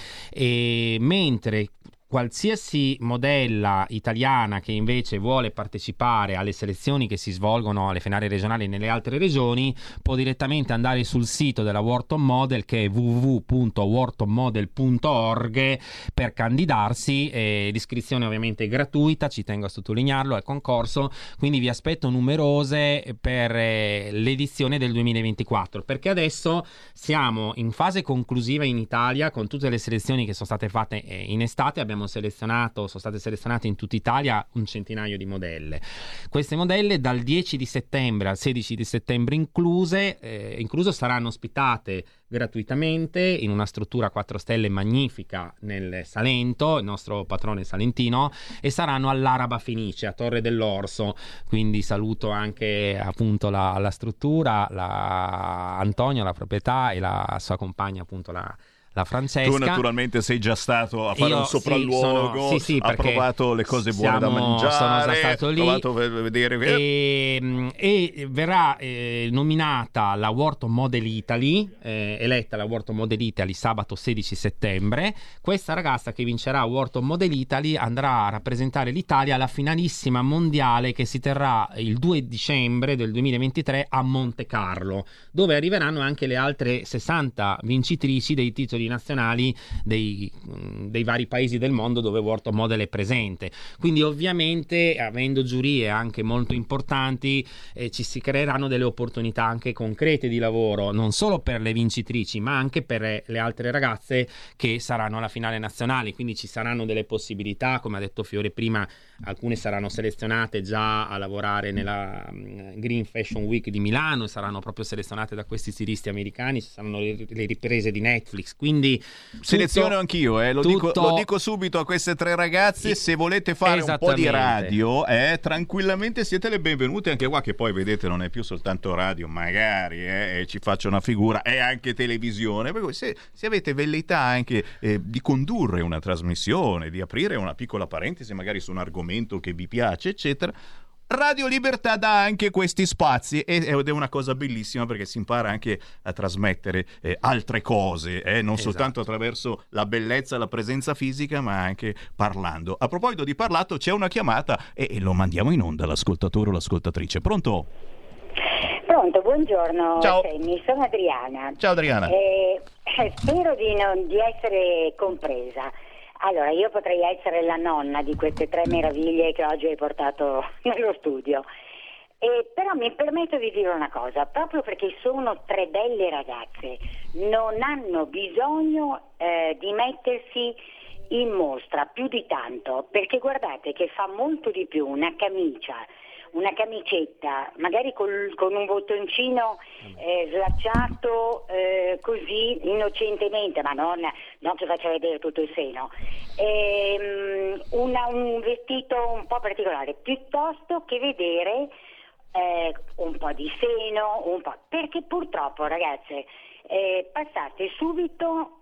C: E mentre qualsiasi modella italiana che invece vuole partecipare alle selezioni che si svolgono alle finali regionali nelle altre regioni può direttamente andare sul sito della Wharton Model, che è w w w punto wharton model punto org, per candidarsi. E l'iscrizione ovviamente è gratuita, ci tengo a sottolinearlo, è concorso, quindi vi aspetto numerose per eh, l'edizione del duemilaventiquattro, perché adesso siamo in fase conclusiva in Italia con tutte le selezioni che sono state fatte eh, in estate. Abbiamo selezionato, sono state selezionate in tutta Italia un centinaio di modelle. Queste modelle dal dieci di settembre al sedici di settembre incluse, eh, incluso saranno ospitate gratuitamente in una struttura a quattro stelle magnifica nel Salento, il nostro patrone salentino, e saranno all'Araba Fenice a Torre dell'Orso. Quindi saluto anche appunto la, la struttura, la Antonio, la proprietà, e la sua compagna appunto la la Francesca.
B: Tu naturalmente sei già stato a fare
C: Io,
B: un sopralluogo,
C: sì, sì, sì,
B: ha provato le cose buone
C: siamo,
B: da mangiare,
C: sono già stato lì,
B: provato a vedere
C: e, e verrà eh, nominata la Wharton Model Italy, eh, eletta la Wharton Model Italy sabato sedici settembre. Questa ragazza che vincerà Wharton Model Italy andrà a rappresentare l'Italia alla finalissima mondiale che si terrà il due dicembre del duemilaventitré a Monte Carlo, dove arriveranno anche le altre sessanta vincitrici dei titoli nazionali dei, dei vari paesi del mondo dove Wharton Model è presente. Quindi ovviamente, avendo giurie anche molto importanti, eh, ci si creeranno delle opportunità anche concrete di lavoro, non solo per le vincitrici ma anche per le altre ragazze che saranno alla finale nazionale. Quindi ci saranno delle possibilità, come ha detto Fiore prima, alcune saranno selezionate già a lavorare nella Green Fashion Week di Milano e saranno proprio selezionate da questi stilisti americani, ci saranno le, le riprese di Netflix. Quindi
I: quindi
B: seleziono
I: tutto,
B: anch'io, eh. lo,
I: tutto...
B: dico, lo dico subito a queste tre ragazze, se volete fare un po' di radio, eh, tranquillamente siete le benvenute anche qua, che poi vedete non è più soltanto radio, magari eh, ci faccio una figura, è anche televisione, perché se, se avete velleità anche eh, di condurre una trasmissione, di aprire una piccola parentesi magari su un argomento che vi piace, eccetera, Radio Libertà dà anche questi spazi ed è una cosa bellissima, perché si impara anche a trasmettere eh, altre cose, eh, non esatto. soltanto attraverso la bellezza, la presenza fisica, ma anche parlando. A proposito di parlato, c'è una chiamata e, e lo mandiamo in onda, l'ascoltatore o l'ascoltatrice. Pronto?
M: Pronto, buongiorno.
B: Ciao.
M: Penny, sono Adriana.
B: Ciao Adriana.
M: Eh, spero di, non, di essere compresa. Allora, io potrei essere la nonna di queste tre meraviglie che oggi hai portato nello studio. Eh, però mi permetto di dire una cosa, proprio perché sono tre belle ragazze, non hanno bisogno eh, di mettersi in mostra più di tanto, perché guardate che fa molto di più una camicia, una camicetta, magari col, con un bottoncino eh, slacciato eh, così innocentemente, ma non, non che faccia vedere tutto il seno, ehm, una, un vestito un po' particolare, piuttosto che vedere eh, un po' di seno, un po', perché purtroppo ragazze eh, passate subito,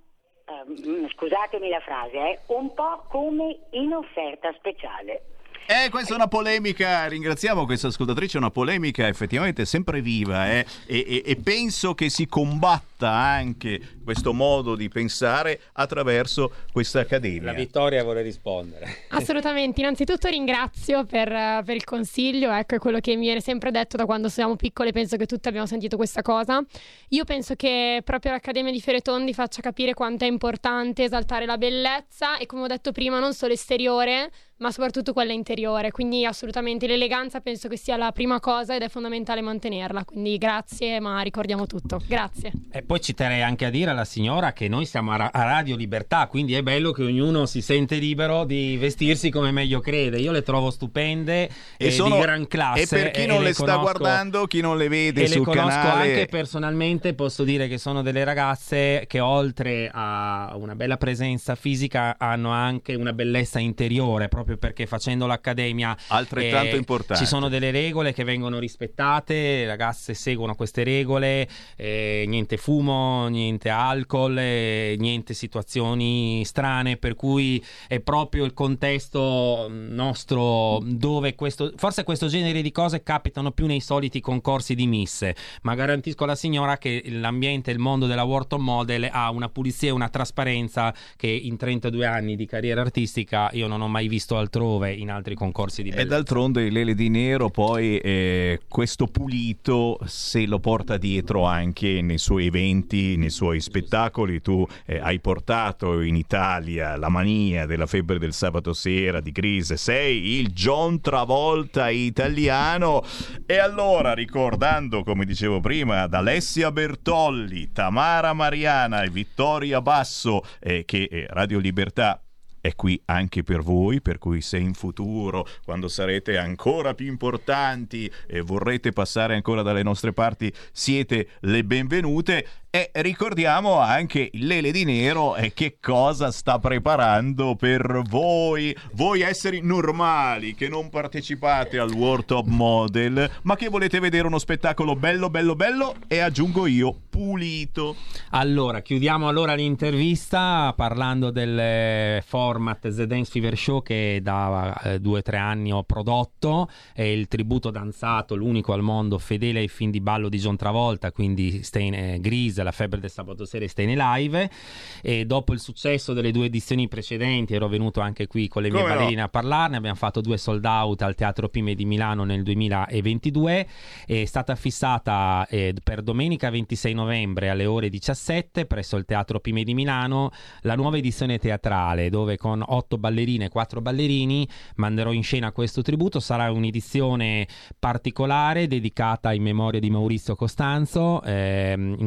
M: eh, scusatemi la frase, eh, un po' come in offerta speciale.
B: Eh, questa è una polemica, ringraziamo questa ascoltatrice, è una polemica effettivamente sempre viva eh? e, e, e penso che si combatta anche questo modo di pensare attraverso questa accademia.
I: La Vittoria vuole rispondere.
G: Assolutamente, innanzitutto ringrazio per, per il consiglio, ecco, è quello che mi viene sempre detto da quando siamo piccole, penso che tutti abbiamo sentito questa cosa. Io penso che proprio l'Accademia di Fioretondi faccia capire quanto è importante esaltare la bellezza e, come ho detto prima, non solo esteriore, ma soprattutto quella interiore, quindi assolutamente l'eleganza penso che sia la prima cosa ed è fondamentale mantenerla, quindi grazie, ma ricordiamo tutto, grazie.
I: E poi ci terrei anche a dire alla signora che noi siamo a, Ra- a Radio Libertà, quindi è bello che ognuno si sente libero di vestirsi come meglio crede. Io le trovo stupende e, e sono, di gran classe.
B: E per chi non
I: e
B: le,
I: le
B: sta
I: conosco,
B: guardando, chi non le vede
I: e
B: sul
I: le conosco
B: canale,
I: anche personalmente, posso dire che sono delle ragazze che oltre a una bella presenza fisica hanno anche una bellezza interiore, proprio perché facendo l'accademia
B: altrettanto
I: eh,
B: importante,
I: ci sono delle regole che vengono rispettate, le ragazze seguono queste regole, eh, niente fumo, niente alcol, eh, niente situazioni strane, per cui è proprio il contesto nostro dove questo, forse questo genere di cose capitano più nei soliti concorsi di misse, ma garantisco alla signora che l'ambiente, il mondo della World of Model ha una pulizia e una trasparenza che in trentadue anni di carriera artistica io non ho mai visto altrove in altri concorsi di bellezza.
B: E d'altronde Lele Di Nero poi eh, questo pulito se lo porta dietro anche nei suoi eventi, nei suoi spettacoli. Tu eh, hai portato in Italia la mania della febbre del sabato sera di Grise, sei il John Travolta italiano. E allora, ricordando, come dicevo prima, ad Alessia Bertolli, Tamara Mariana e Vittoria Basso, eh, che eh, Radio Libertà è qui anche per voi, per cui se in futuro, quando sarete ancora più importanti e vorrete passare ancora dalle nostre parti, siete le benvenute. E ricordiamo anche Lele Di Nero e che cosa sta preparando per voi, voi esseri normali che non partecipate al World Top Model, ma che volete vedere uno spettacolo bello bello bello e aggiungo io pulito.
I: Allora, chiudiamo allora l'intervista parlando del format The Dance Fever Show che da eh, due o tre anni ho prodotto, è il tributo danzato, l'unico al mondo fedele ai film di ballo di John Travolta, quindi Stay eh, Grease, La febbre del sabato sera e Stay Live. E dopo il successo delle due edizioni precedenti ero venuto anche qui con le mie
B: Come
I: ballerine
B: no?
I: a parlarne, abbiamo fatto due sold out al Teatro Pime di Milano nel duemilaventidue, è stata fissata eh, per domenica ventisei novembre alle ore diciassette presso il Teatro Pime di Milano la nuova edizione teatrale, dove con otto ballerine e quattro ballerini manderò in scena questo tributo. Sarà un'edizione particolare dedicata in memoria di Maurizio Costanzo, ehm, in quanto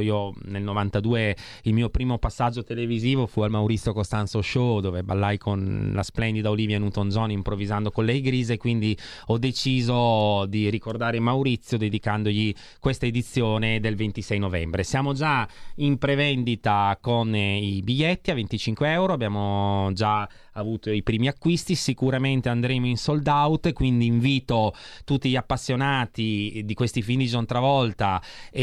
I: io nel novantadue il mio primo passaggio televisivo fu al Maurizio Costanzo Show, dove ballai con la splendida Olivia Newton-John improvvisando con lei Grise, quindi ho deciso di ricordare Maurizio dedicandogli questa edizione del ventisei novembre. Siamo già in prevendita con i biglietti a venticinque euro, abbiamo già avuto i primi acquisti, sicuramente andremo in sold out, quindi invito tutti gli appassionati di questi film di John Travolta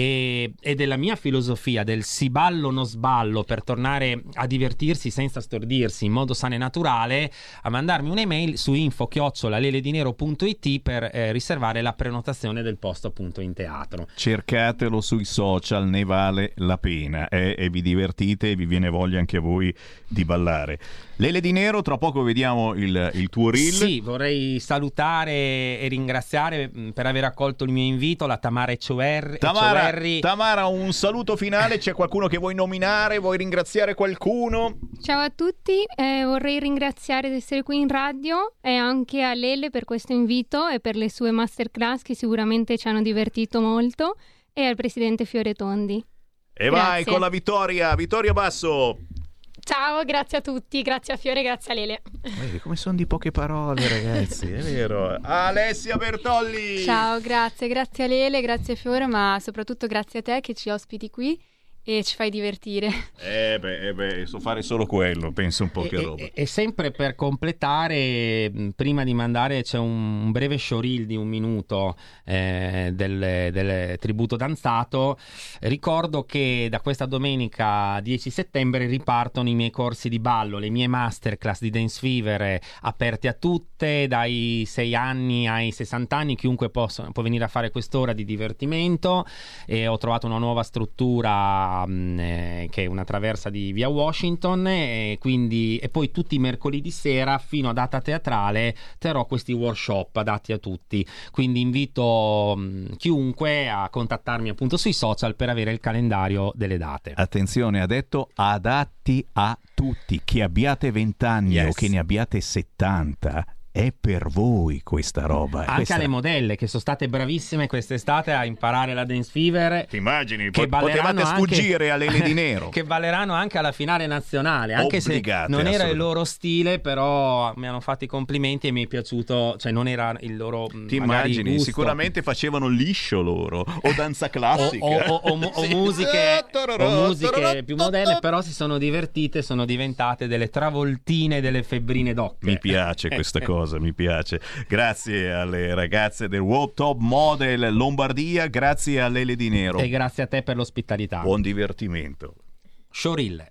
I: e, e della mia filosofia del si ballo no sballo per tornare a divertirsi senza stordirsi in modo sano e naturale a mandarmi un'email su info chiocciola leledinero punto it per eh, riservare la prenotazione del posto appunto in teatro.
B: Cercatelo sui social, ne vale la pena eh, e vi divertite e vi viene voglia anche a voi di ballare. Lele Di Nero, tra poco vediamo il, il tuo reel.
I: Sì, vorrei salutare e ringraziare per aver accolto il mio invito la Tamara Ecioverri.
B: Tamara, Tamara, un saluto finale, c'è qualcuno che vuoi nominare, vuoi ringraziare qualcuno?
F: Ciao a tutti, eh, vorrei ringraziare di essere qui in radio e anche a Lele per questo invito e per le sue masterclass che sicuramente ci hanno divertito molto, e al presidente Fiore Tondi.
B: E vai con la Vittoria, Vittorio Basso.
G: Ciao, grazie a tutti, grazie a Fiore, grazie a Lele.
B: Vedi come sono di poche parole, ragazzi, è vero. Alessia Bertolli.
E: Ciao, grazie, grazie a Lele, grazie a Fiore, ma soprattutto grazie a te che ci ospiti qui e ci fai divertire.
B: Eh beh, eh beh, so fare solo quello, penso un po' che
I: e,
B: roba.
I: E, e sempre per completare, prima di mandare c'è un breve showreel di un minuto eh, del, del tributo danzato. Ricordo che da questa domenica dieci settembre ripartono i miei corsi di ballo, le mie masterclass di Dance Fever eh, aperte a tutte, dai sei anni ai sessanta anni, chiunque possa, può venire a fare quest'ora di divertimento, e ho trovato una nuova struttura che è una traversa di via Washington, e quindi e poi tutti i mercoledì sera fino a data teatrale terrò questi workshop adatti a tutti, quindi invito mh, chiunque a contattarmi appunto sui social per avere il calendario delle date.
B: Attenzione, ha detto adatti a tutti, che abbiate venti anni yes. o che ne abbiate settanta. È per voi questa roba.
I: Anche
B: questa...
I: alle modelle che sono state bravissime quest'estate a imparare la Dance Fever.
B: Ti immagini?
I: Che
B: potevate sfuggire
I: anche...
B: a Lele Di Nero.
I: Che balleranno anche alla finale nazionale, anche
B: Obbligate,
I: se non era il loro stile, però mi hanno fatto i complimenti e mi è piaciuto, cioè non era il loro
B: Ti immagini?
I: gusto.
B: Sicuramente facevano liscio loro o danza classica
I: o, o, o, o, o musiche, o musiche più moderne, però si sono divertite, sono diventate delle travoltine, delle febbrine d'occhio.
B: Mi piace questa cosa. Mi piace. Grazie alle ragazze del World Top Model Lombardia, grazie a Lele Di Nero
I: e grazie a te per l'ospitalità.
B: Buon divertimento.
I: Showreel.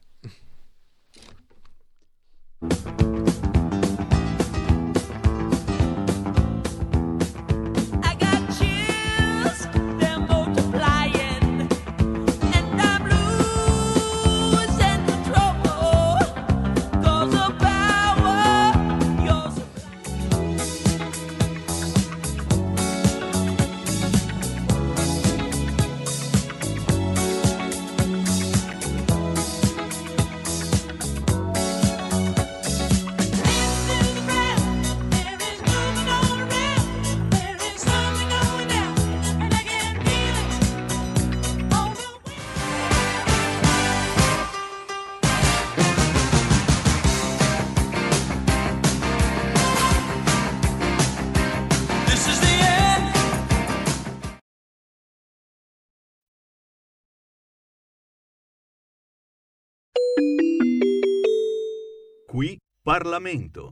B: Qui Parlamento.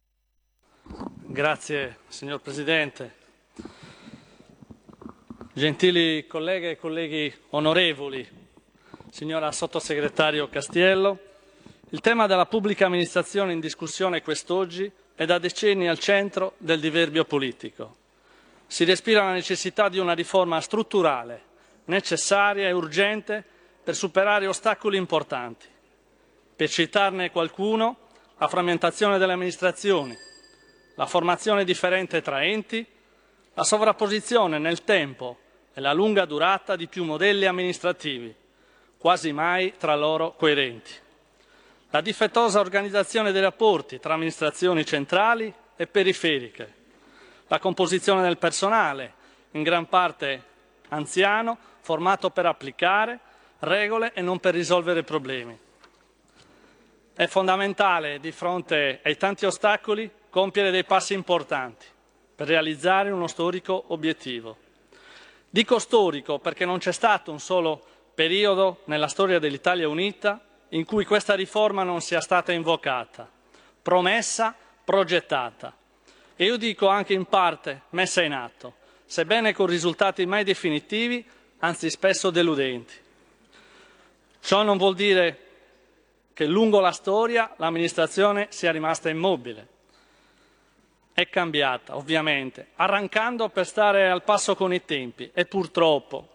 N: Grazie, signor Presidente. Gentili colleghe e colleghi onorevoli, signora Sottosegretario Castiello, il tema della pubblica amministrazione in discussione quest'oggi è da decenni al centro del diverbio politico. Si respira la necessità di una riforma strutturale, necessaria e urgente per superare ostacoli importanti. Per citarne qualcuno, la frammentazione delle amministrazioni, la formazione differente tra enti, la sovrapposizione nel tempo e la lunga durata di più modelli amministrativi, quasi mai tra loro coerenti, la difettosa organizzazione dei rapporti tra amministrazioni centrali e periferiche, la composizione del personale, in gran parte anziano, formato per applicare, regole e non per risolvere problemi. È fondamentale, di fronte ai tanti ostacoli, compiere dei passi importanti per realizzare uno storico obiettivo. Dico storico perché non c'è stato un solo periodo nella storia dell'Italia unita in cui questa riforma non sia stata invocata, promessa, progettata e io dico anche in parte messa in atto, sebbene con risultati mai definitivi, anzi spesso deludenti. Ciò non vuol dire che lungo la storia l'amministrazione sia rimasta immobile. È cambiata, ovviamente, arrancando per stare al passo con i tempi e purtroppo,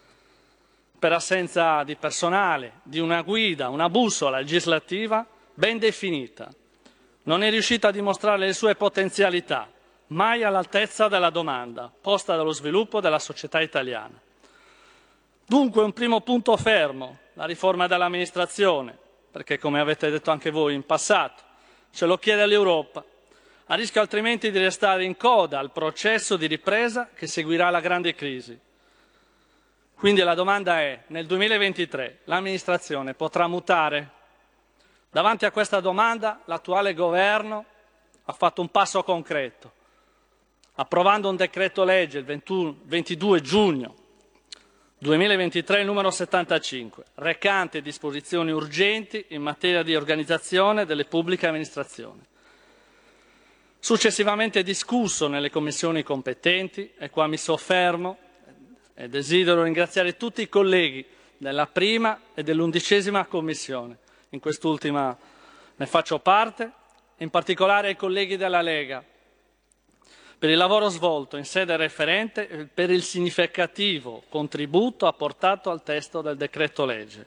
N: per assenza di personale, di una guida, una bussola legislativa ben definita, non è riuscita a dimostrare le sue potenzialità, mai all'altezza della domanda posta dallo sviluppo della società italiana. Dunque un primo punto fermo, la riforma dell'amministrazione, perché come avete detto anche voi in passato, ce lo chiede l'Europa, a rischio altrimenti di restare in coda al processo di ripresa che seguirà la grande crisi. Quindi la domanda è, nel duemilaventitré l'amministrazione potrà mutare? Davanti a questa domanda l'attuale governo ha fatto un passo concreto, approvando un decreto legge il ventidue giugno duemilaventitré, numero settantacinque, recante disposizioni urgenti in materia di organizzazione delle pubbliche amministrazioni. Successivamente discusso nelle commissioni competenti, e qua mi soffermo e desidero ringraziare tutti i colleghi della prima e dell'undicesima commissione, in quest'ultima ne faccio parte, in particolare ai colleghi della Lega, per il lavoro svolto in sede referente e per il significativo contributo apportato al testo del decreto legge.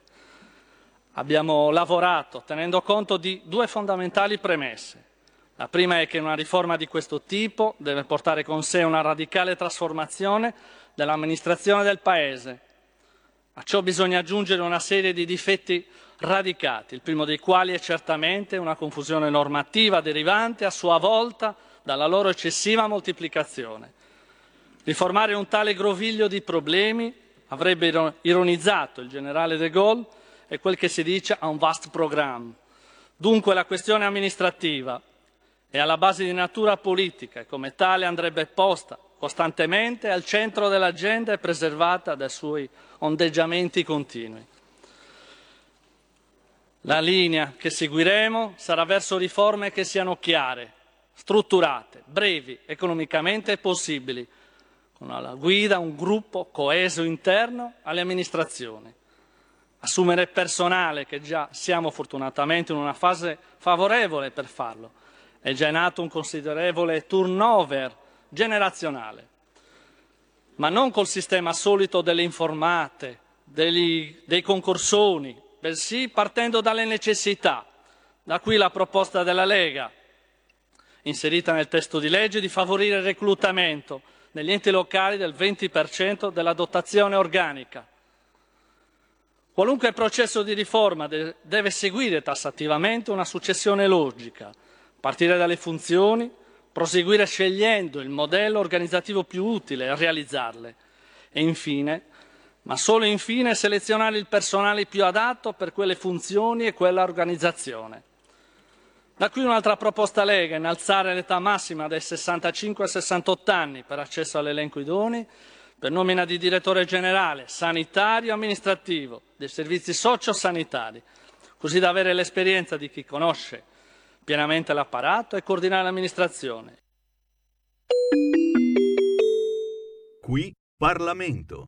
N: Abbiamo lavorato tenendo conto di due fondamentali premesse. La prima è che una riforma di questo tipo deve portare con sé una radicale trasformazione dell'amministrazione del Paese. A ciò bisogna aggiungere una serie di difetti radicati, il primo dei quali è certamente una confusione normativa derivante a sua volta dalla loro eccessiva moltiplicazione. Riformare un tale groviglio di problemi avrebbe ironizzato il generale de Gaulle e quel che si dice a un vast programme. Dunque la questione amministrativa è alla base di natura politica e come tale andrebbe posta costantemente al centro dell'agenda e preservata dai suoi ondeggiamenti continui. La linea che seguiremo sarà verso riforme che siano chiare, strutturate, brevi, economicamente possibili, con alla guida un gruppo coeso interno alle amministrazioni. Assumere personale, che già siamo fortunatamente in una fase favorevole per farlo, è già nato un considerevole turnover generazionale, ma non col sistema solito delle informate, degli, dei concorsoni, bensì partendo dalle necessità. Da qui la proposta della Lega, inserita nel testo di legge, di favorire il reclutamento negli enti locali del venti per cento della dotazione organica. Qualunque processo di riforma de- deve seguire tassativamente una successione logica, partire dalle funzioni, proseguire scegliendo il modello organizzativo più utile e realizzarle e infine, ma solo infine, selezionare il personale più adatto per quelle funzioni e quella organizzazione. Da qui un'altra proposta Lega, innalzare l'età massima dai sessantacinque ai sessantotto anni per accesso all'elenco idonei, per nomina di direttore generale, sanitario, amministrativo, dei servizi socio-sanitari, così da avere l'esperienza di chi conosce pienamente l'apparato e coordinare l'amministrazione.
L: Qui Parlamento.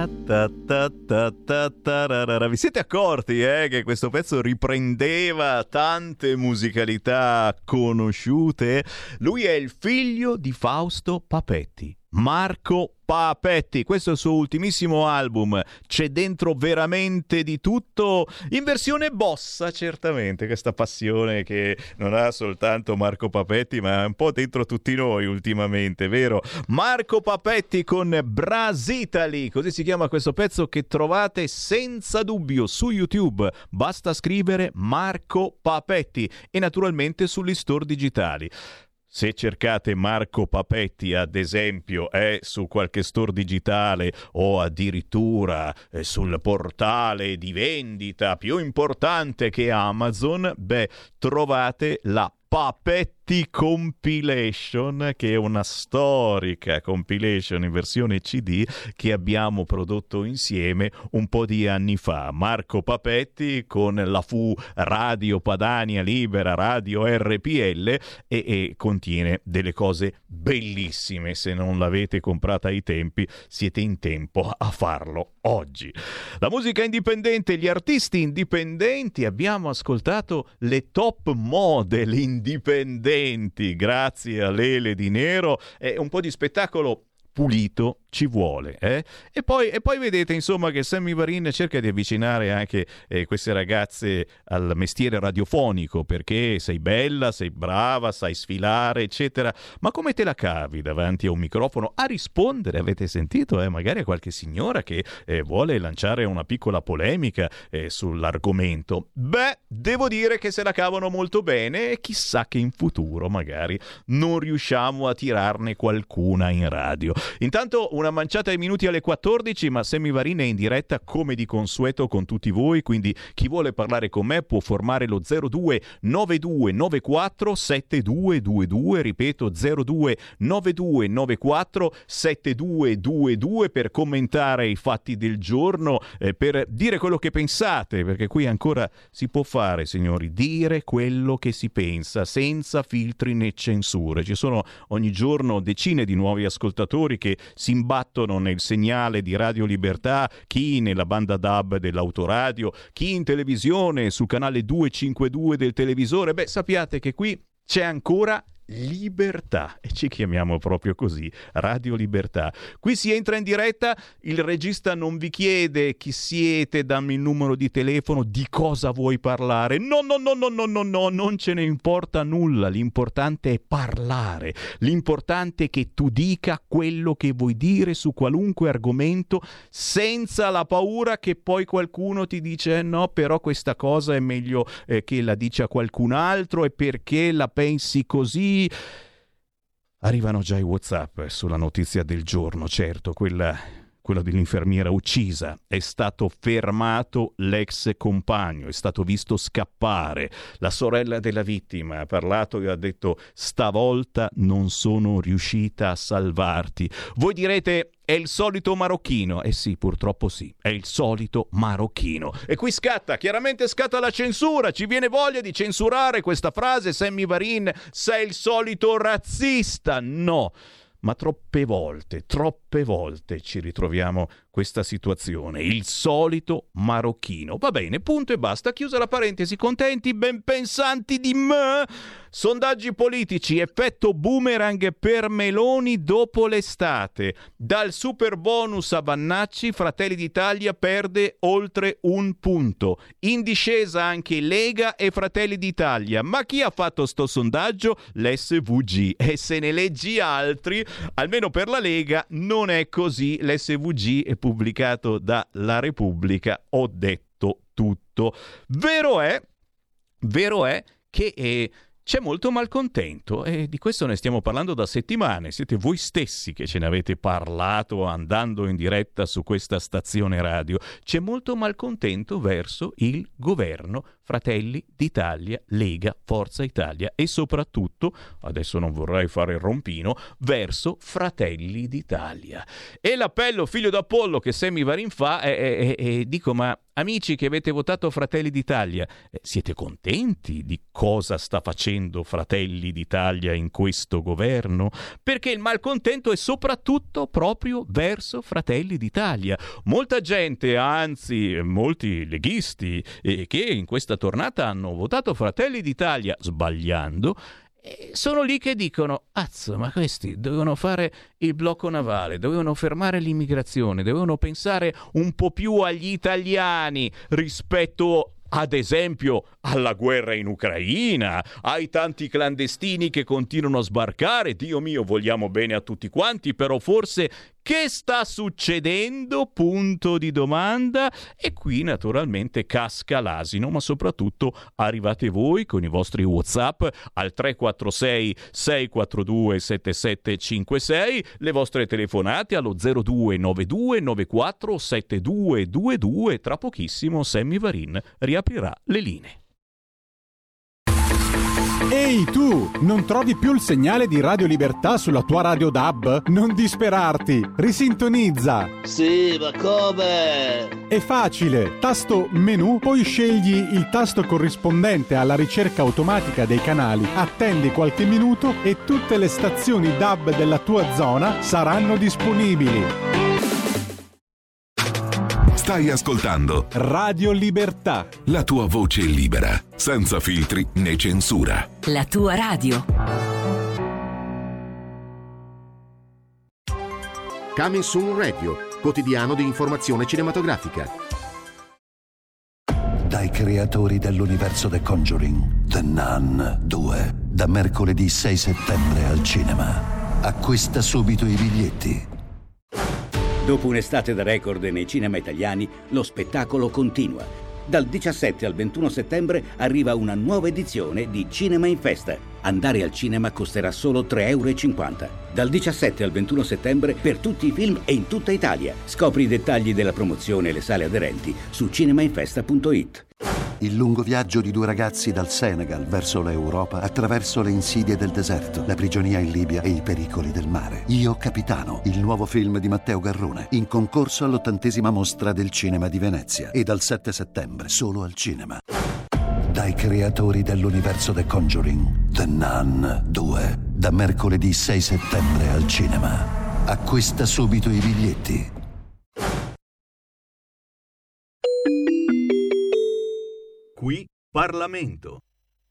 B: ta ta ta ta tararara. Vi siete accorti eh, che questo pezzo riprendeva tante musicalità conosciute? Lui è il figlio di Fausto Papetti, Marco Papetti. Questo è il suo ultimissimo album, c'è dentro veramente di tutto, in versione bossa certamente, questa passione che non ha soltanto Marco Papetti ma è un po' dentro tutti noi ultimamente, vero? Marco Papetti con Brasitali, così si chiama questo pezzo, che trovate senza dubbio su YouTube, basta scrivere Marco Papetti e naturalmente sugli store digitali. Se cercate Marco Papetti, ad esempio, è su qualche store digitale o addirittura eh, sul portale di vendita più importante che Amazon, beh, trovate la Papetti Compilation, che è una storica compilation in versione C D che abbiamo prodotto insieme un po' di anni fa. Marco Papetti con la fu Radio Padania Libera, Radio R P L, e, e contiene delle cose bellissime. Se non l'avete comprata ai tempi, siete in tempo a farlo oggi. La musica indipendente, gli artisti indipendenti, abbiamo ascoltato le top model indipendenti, grazie a Lele Di Nero, è un po' di spettacolo pulito ci vuole, eh? E poi, e poi vedete insomma che Sammy Varin cerca di avvicinare anche eh, queste ragazze al mestiere radiofonico, perché sei bella, sei brava, sai sfilare eccetera, ma come te la cavi davanti a un microfono a rispondere? Avete sentito eh? Magari a qualche signora che eh, vuole lanciare una piccola polemica eh, sull'argomento. Beh, devo dire che se la cavano molto bene e chissà che in futuro magari non riusciamo a tirarne qualcuna in radio. Intanto una manciata di minuti alle quattordici, ma Sammy Varin è in diretta come di consueto con tutti voi, quindi chi vuole parlare con me può formare lo zero due nove due nove quattro sette due due due, ripeto zero due nove due nove quattro sette due due due, per commentare i fatti del giorno, eh, per dire quello che pensate, perché qui ancora si può fare, signori, dire quello che si pensa senza filtri né censure. Ci sono ogni giorno decine di nuovi ascoltatori che si imbattono nel segnale di Radio Libertà, chi nella banda D A B dell'autoradio, chi in televisione sul canale duecentocinquantadue del televisore. Beh, sappiate che qui c'è ancora libertà e ci chiamiamo proprio così, Radio Libertà. Qui si entra in diretta, il regista non vi chiede chi siete, dammi il numero di telefono, di cosa vuoi parlare. No, no, no, no, no, no, no, non ce ne importa nulla. L'importante è parlare. L'importante è che tu dica quello che vuoi dire su qualunque argomento, senza la paura che poi qualcuno ti dice no, però questa cosa è meglio eh, che la dica qualcun altro, e perché la pensi così. Arrivano già i WhatsApp sulla notizia del giorno, certo, quella, quella dell'infermiera uccisa. È stato fermato l'ex compagno, è stato visto scappare. La sorella della vittima ha parlato e ha detto: stavolta non sono riuscita a salvarti. Voi direte: è il solito marocchino. Eh sì, purtroppo sì, è il solito marocchino. E qui scatta, chiaramente scatta la censura, ci viene voglia di censurare questa frase. Sammy Varin, sei il solito razzista. No, ma troppe volte, troppe volte ci ritroviamo questa situazione, il solito marocchino. Va bene, punto e basta, chiusa la parentesi. Contenti, ben pensanti di me? Sondaggi politici, effetto boomerang per Meloni dopo l'estate. Dal super bonus a Vannacci, Fratelli d'Italia perde oltre un punto. In discesa anche Lega e Fratelli d'Italia. Ma chi ha fatto sto sondaggio? L'S V G. E se ne leggi altri, almeno per la Lega non è così. L'S V G è pubblicato da La Repubblica. Ho detto tutto. Vero è, vero è che eh, c'è molto malcontento, e di questo ne stiamo parlando da settimane. Siete voi stessi che ce ne avete parlato andando in diretta su questa stazione radio. C'è molto malcontento verso il governo Fratelli d'Italia, Lega, Forza Italia, e soprattutto, adesso non vorrei fare il rompino, verso Fratelli d'Italia. E l'appello figlio d'Apollo che Sammy Varin fa è, è, è, è dico, ma amici che avete votato Fratelli d'Italia, eh, siete contenti di cosa sta facendo Fratelli d'Italia in questo governo? Perché il malcontento è soprattutto proprio verso Fratelli d'Italia. Molta gente, anzi molti leghisti, eh, che in questa tornata hanno votato Fratelli d'Italia sbagliando, sono lì che dicono: azzo, ma questi dovevano fare il blocco navale, dovevano fermare l'immigrazione, dovevano pensare un po' più agli italiani rispetto ad esempio alla guerra in Ucraina, ai tanti clandestini che continuano a sbarcare. Dio mio, vogliamo bene a tutti quanti, però forse che sta succedendo? Punto di domanda. E qui naturalmente casca l'asino, ma soprattutto arrivate voi con i vostri WhatsApp al tre quattro sei sei quattro due sette sette cinque sei, le vostre telefonate allo zero due nove due nove quattro sette due due due. Tra pochissimo Sammy Varin riaprirà le linee.
J: Ehi tu, non trovi più il segnale di Radio Libertà sulla tua radio D A B? Non disperarti, risintonizza!
K: Sì, ma come?
J: È facile, tasto menu, poi scegli il tasto corrispondente alla ricerca automatica dei canali, attendi qualche minuto e tutte le stazioni D A B della tua zona saranno disponibili.
L: Stai ascoltando
J: Radio Libertà,
L: la tua voce libera, senza filtri né censura.
O: La tua radio.
P: Coming Soon Radio, quotidiano di informazione cinematografica.
Q: Dai creatori dell'universo The Conjuring, The Nun due, da mercoledì sei settembre al cinema. Acquista subito i biglietti.
R: Dopo un'estate da record nei cinema italiani, lo spettacolo continua. Dal diciassette al ventuno settembre arriva una nuova edizione di Cinema in Festa. Andare al cinema costerà solo tre euro e cinquanta. Dal diciassette al ventuno settembre per tutti i film e in tutta Italia. Scopri i dettagli della promozione e le sale aderenti su cinemainfesta punto it.
Q: Il lungo viaggio di due ragazzi dal Senegal verso l'Europa attraverso le insidie del deserto, la prigionia in Libia e i pericoli del mare. Io Capitano, il nuovo film di Matteo Garrone, in concorso all'ottantesima mostra del cinema di Venezia e dal sette settembre solo al cinema. Dai creatori dell'universo The Conjuring, The Nun due, da mercoledì sei settembre al cinema. Acquista subito i biglietti.
B: Qui Parlamento.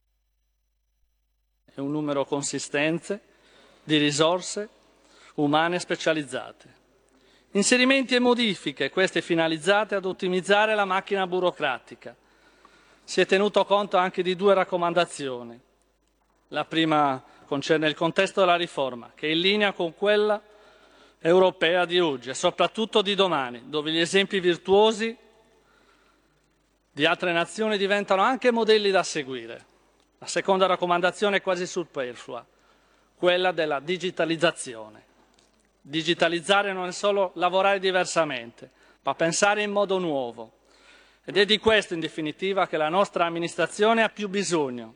N: È un numero consistente di risorse umane specializzate. Inserimenti e modifiche, queste finalizzate ad ottimizzare la macchina burocratica. Si è tenuto conto anche di due raccomandazioni. La prima concerne il contesto della riforma, che è in linea con quella europea di oggi e soprattutto di domani, dove gli esempi virtuosi di altre nazioni diventano anche modelli da seguire. La seconda raccomandazione è quasi superflua, quella della digitalizzazione. Digitalizzare non è solo lavorare diversamente, ma pensare in modo nuovo. Ed è di questo, in definitiva, che la nostra amministrazione ha più bisogno.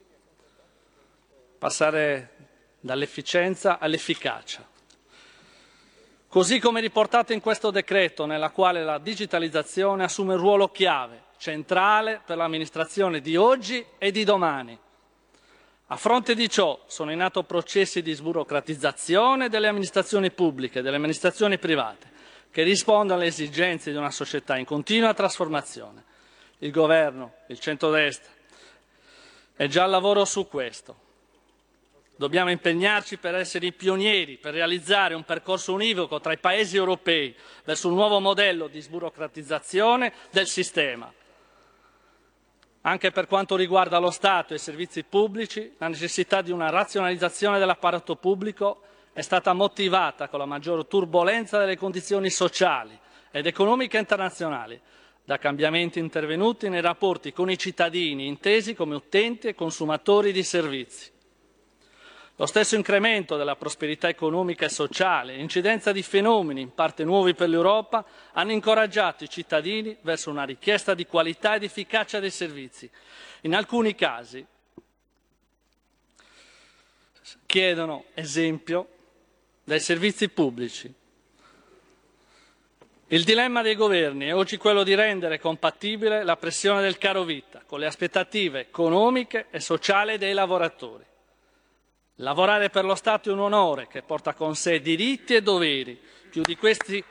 N: Passare dall'efficienza all'efficacia. Così come riportato in questo decreto, nella quale la digitalizzazione assume un ruolo chiave, centrale per l'amministrazione di oggi e di domani. A fronte di ciò sono in atto processi di sburocratizzazione delle amministrazioni pubbliche e delle amministrazioni private che rispondono alle esigenze di una società in continua trasformazione. Il governo, il centrodestra, è già al lavoro su questo. Dobbiamo impegnarci per essere i pionieri, per realizzare un percorso univoco tra i paesi europei verso un nuovo modello di sburocratizzazione del sistema. Anche per quanto riguarda lo Stato e i servizi pubblici, la necessità di una razionalizzazione dell'apparato pubblico è stata motivata con la maggior turbolenza delle condizioni sociali ed economiche internazionali, da cambiamenti intervenuti nei rapporti con i cittadini intesi come utenti e consumatori di servizi. Lo stesso incremento della prosperità economica e sociale, l'incidenza di fenomeni in parte nuovi per l'Europa, hanno incoraggiato i cittadini verso una richiesta di qualità ed efficacia dei servizi. In alcuni casi chiedono esempio dai servizi pubblici. Il dilemma dei governi è oggi quello di rendere compatibile la pressione del caro vita con le aspettative economiche e sociali dei lavoratori. Lavorare per lo Stato è un onore che porta con sé diritti e doveri. Più di questi,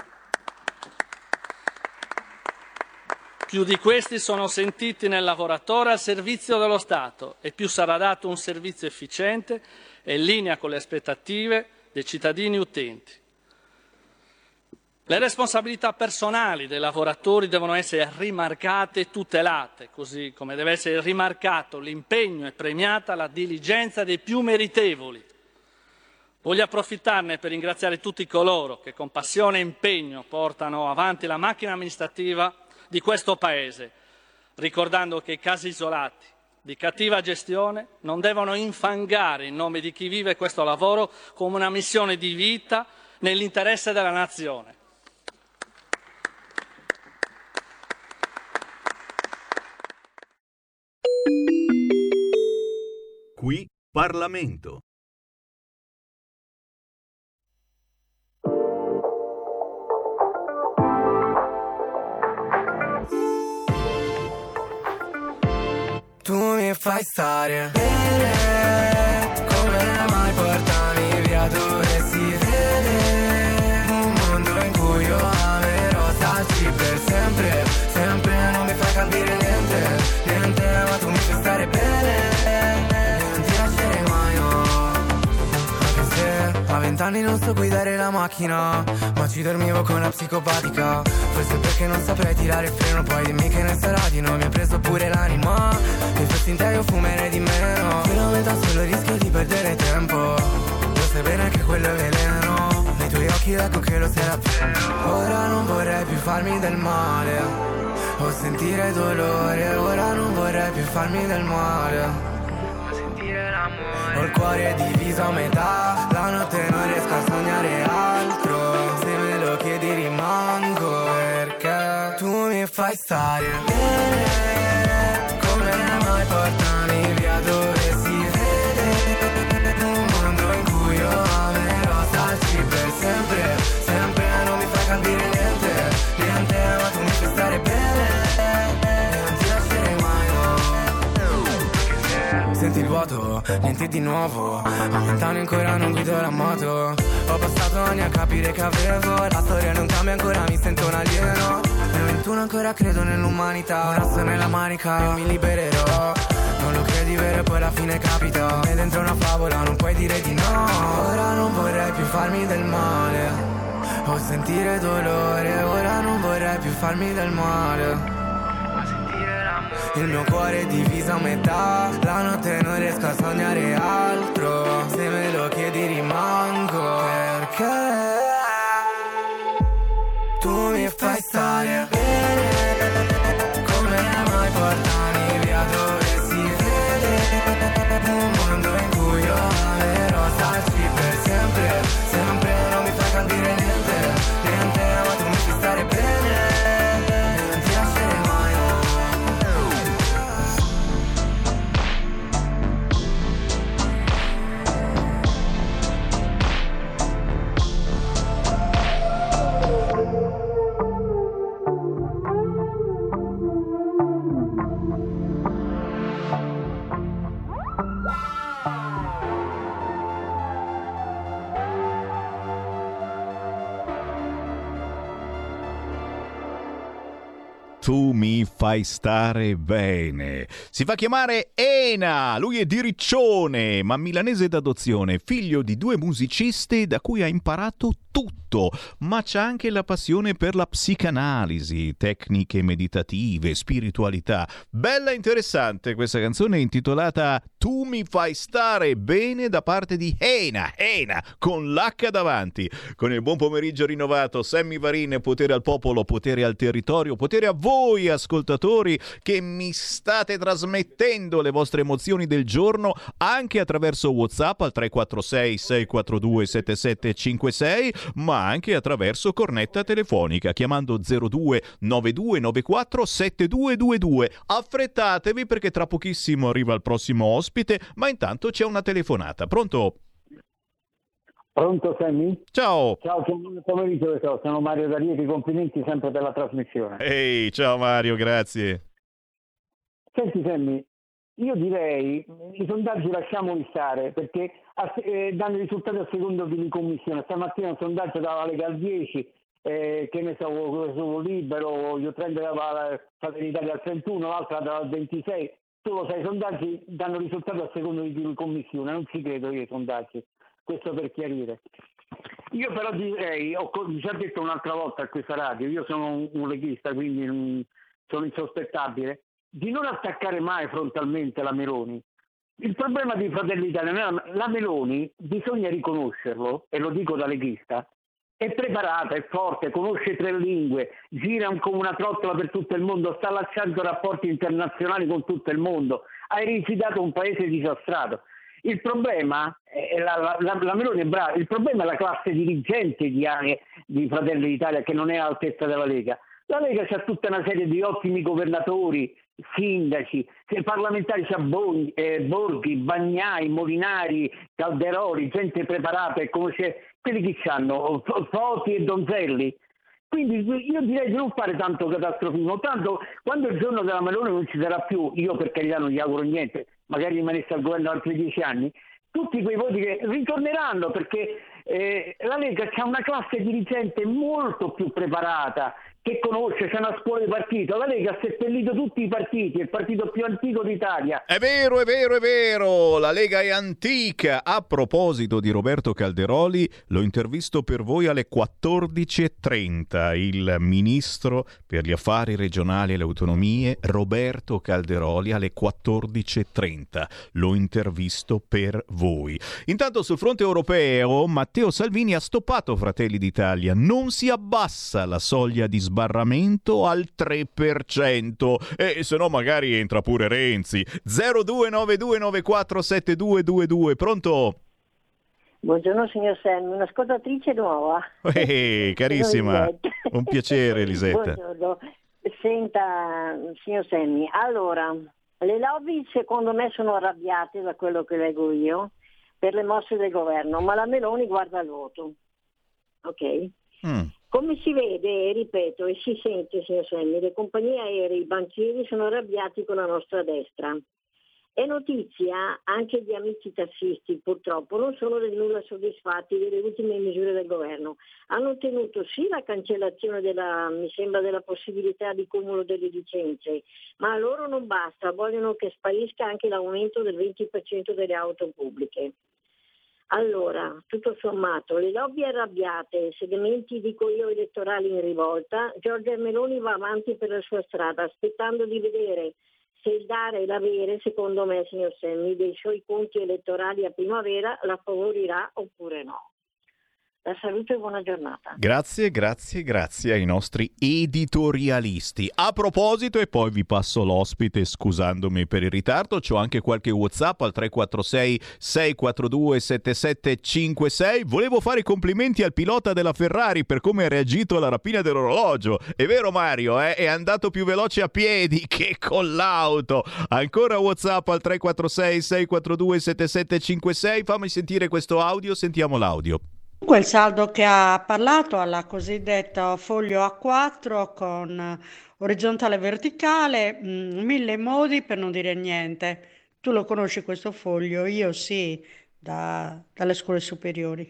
N: più di questi sono sentiti nel lavoratore al servizio dello Stato e più sarà dato un servizio efficiente e in linea con le aspettative dei cittadini utenti. Le responsabilità personali dei lavoratori devono essere rimarcate e tutelate, così come deve essere rimarcato l'impegno e premiata la diligenza dei più meritevoli. Voglio approfittarne per ringraziare tutti coloro che con passione e impegno portano avanti la macchina amministrativa di questo Paese, ricordando che i casi isolati di cattiva gestione non devono infangare in nome di chi vive questo lavoro come una missione di vita nell'interesse della nazione.
L: Qui Parlamento.
O: Tu mi fai stare bene, come mai portami via dove si vede, un mondo in cui io amerò starci per sempre, sempre non mi fai capire niente, niente, ma tu mi fai stare bene. A vent'anni non so guidare la macchina, ma ci dormivo con la psicopatica. Forse perché non saprei tirare il freno, poi dimmi che ne sarà di noi, mi ha preso pure l'anima. Se fossi in te io fumerei di meno, però aumenta solo il rischio di perdere tempo. Lo sai bene che quello è veleno, nei tuoi occhi ecco che lo sei davvero. Ora non vorrei più farmi del male, o sentire dolore, ora non vorrei più farmi del male. Ho il cuore diviso a metà, la notte non riesco a sognare altro, se me lo chiedi rimango, perché tu mi fai stare bene, come mai portami via dove si vede, un mondo in cui io amerò starci per sempre, sempre non mi fai capire niente, niente, ma tu mi fai stare bene, non ti lascerei mai, no. Senti il vuoto, niente di nuovo, a vent'anni ancora non guido la moto, ho passato anni a capire che avevo, la storia non cambia ancora, mi sento un alieno, nel ventuno ancora credo nell'umanità, ora sto nella manica, io mi libererò, non lo credi vero e poi alla fine capita, è dentro una favola, non puoi dire di no, ora non vorrei più farmi del male, o sentire dolore, ora non vorrei più farmi del male. Il mio cuore è diviso a metà, la notte non riesco a sognare altro, se me lo chiedi rimango, perché tu mi fai stare bene, come mai portami via dove si vede, un mondo in cui io amerò starci per sempre, sempre non mi fai capire niente, niente, ma tu mi fai stare bene, non ti lascerei mai.
B: Tu mi fai stare bene. Si fa chiamare Ena, lui è di Riccione, ma milanese d'adozione, figlio di due musicisti da cui ha imparato tutto, ma c'ha anche la passione per la psicanalisi, tecniche meditative, spiritualità. Bella interessante questa canzone intitolata Tu mi fai stare bene da parte di Ena, Ena, con l'H davanti. Con il buon pomeriggio rinnovato, Sammy Varin, potere al popolo, potere al territorio, potere a voi ascoltatori che mi state trasmettendo le vostre emozioni del giorno anche attraverso WhatsApp al tre quattro sei sei quattro due sette sette cinque sei, ma anche attraverso cornetta telefonica chiamando zero due nove due nove quattro sette due due due. Affrettatevi perché tra pochissimo arriva il prossimo ospite, ma intanto c'è una telefonata. Pronto?
S: Pronto Sammy?
B: Ciao.
S: Ciao, buon pomeriggio, sono Mario D'Arieti, complimenti sempre per la trasmissione.
B: Ehi, ciao Mario, grazie.
S: Senti Sammy, io direi i sondaggi lasciamoli stare perché a, eh, danno i risultati a secondo di commissione. Stamattina un sondaggio dava Lega al dieci, eh, che ne so, su Libero, io prendeva Fratelli d'Italia al trentuno, l'altra dava al ventisei. Tu lo sai, i sondaggi danno risultati a secondo di commissione, non ci credo io ai sondaggi. Questo per chiarire. Io però direi, ho già detto un'altra volta a questa radio, io sono un, un leghista, quindi un, sono insospettabile, di non attaccare mai frontalmente la Meloni. Il problema di Fratelli d'Italia, la Meloni, bisogna riconoscerlo, e lo dico da leghista, è preparata, è forte, conosce tre lingue, gira come una trottola per tutto il mondo, sta allacciando rapporti internazionali con tutto il mondo, ha ereditato un paese disastrato. Il problema è la, la, la Meloni è brava, il problema è la classe dirigente di, di Fratelli d'Italia che non è all'altezza della Lega. La Lega c'ha tutta una serie di ottimi governatori, sindaci, parlamentari, c'ha Bon, eh, Borghi, Bagnai, Molinari, Calderoli, gente preparata e conosce quelli che c'hanno, Foti e Donzelli. Quindi io direi di non fare tanto catastrofismo, tanto quando il giorno della Meloni non ci sarà più, io per carità non gli auguro niente, magari rimanesse al governo altri dieci anni, tutti quei voti che ritorneranno perché eh, la Lega c'ha una classe dirigente molto più preparata, che conosce, c'è una scuola di partito. La Lega ha seppellito tutti i partiti, è il partito più antico d'Italia.
B: È vero, è vero, è vero, la Lega è antica. A proposito di Roberto Calderoli, l'ho intervisto per voi alle quattordici e trenta, il ministro per gli affari regionali e le autonomie, Roberto Calderoli, alle quattordici e trenta. L'ho intervisto per voi. Intanto sul fronte europeo, Matteo Salvini ha stoppato Fratelli d'Italia. Non si abbassa la soglia di sbarramento al tre per cento e se no magari entra pure Renzi. Zero due nove due nove quattro sette due due due. Pronto?
T: Buongiorno signor Sammy, un'ascoltatrice nuova.
B: Ehi, carissima, un piacere Elisetta.
T: Buongiorno. Senta signor Sammy, allora le lobby secondo me sono arrabbiate da quello che leggo io per le mosse del governo, ma la Meloni guarda il voto, ok? Mm. Come si vede, e ripeto, e si sente, signor Sammy, le compagnie aeree, i banchieri sono arrabbiati con la nostra destra. È notizia anche di amici tassisti, purtroppo, non sono del nulla soddisfatti delle ultime misure del governo. Hanno ottenuto sì la cancellazione della, mi sembra, della possibilità di cumulo delle licenze, ma a loro non basta, vogliono che sparisca anche l'aumento del venti per cento delle auto pubbliche. Allora, tutto sommato, le lobby arrabbiate, segmenti, dico io, elettorali in rivolta, Giorgia Meloni va avanti per la sua strada, aspettando di vedere se il dare e l'avere, secondo me, signor Sammy, dei suoi conti elettorali a primavera la favorirà oppure no. La saluto e buona giornata.
B: Grazie, grazie, grazie ai nostri editorialisti. A proposito, e poi vi passo l'ospite scusandomi per il ritardo, c'ho anche qualche WhatsApp al tre quattro sei sei quattro due sette sette cinque sei. Volevo fare i complimenti al pilota della Ferrari per come ha reagito alla rapina dell'orologio. È vero Mario, eh? È andato più veloce a piedi che con l'auto. Ancora WhatsApp al tre quattro sei sei quattro due sette sette cinque sei. Fammi sentire questo audio, sentiamo l'audio.
U: Quel saldo che ha parlato alla cosiddetta foglio A quattro con orizzontale e verticale, mh, mille modi per non dire niente. Tu lo conosci questo foglio? Io sì, da, dalle scuole superiori.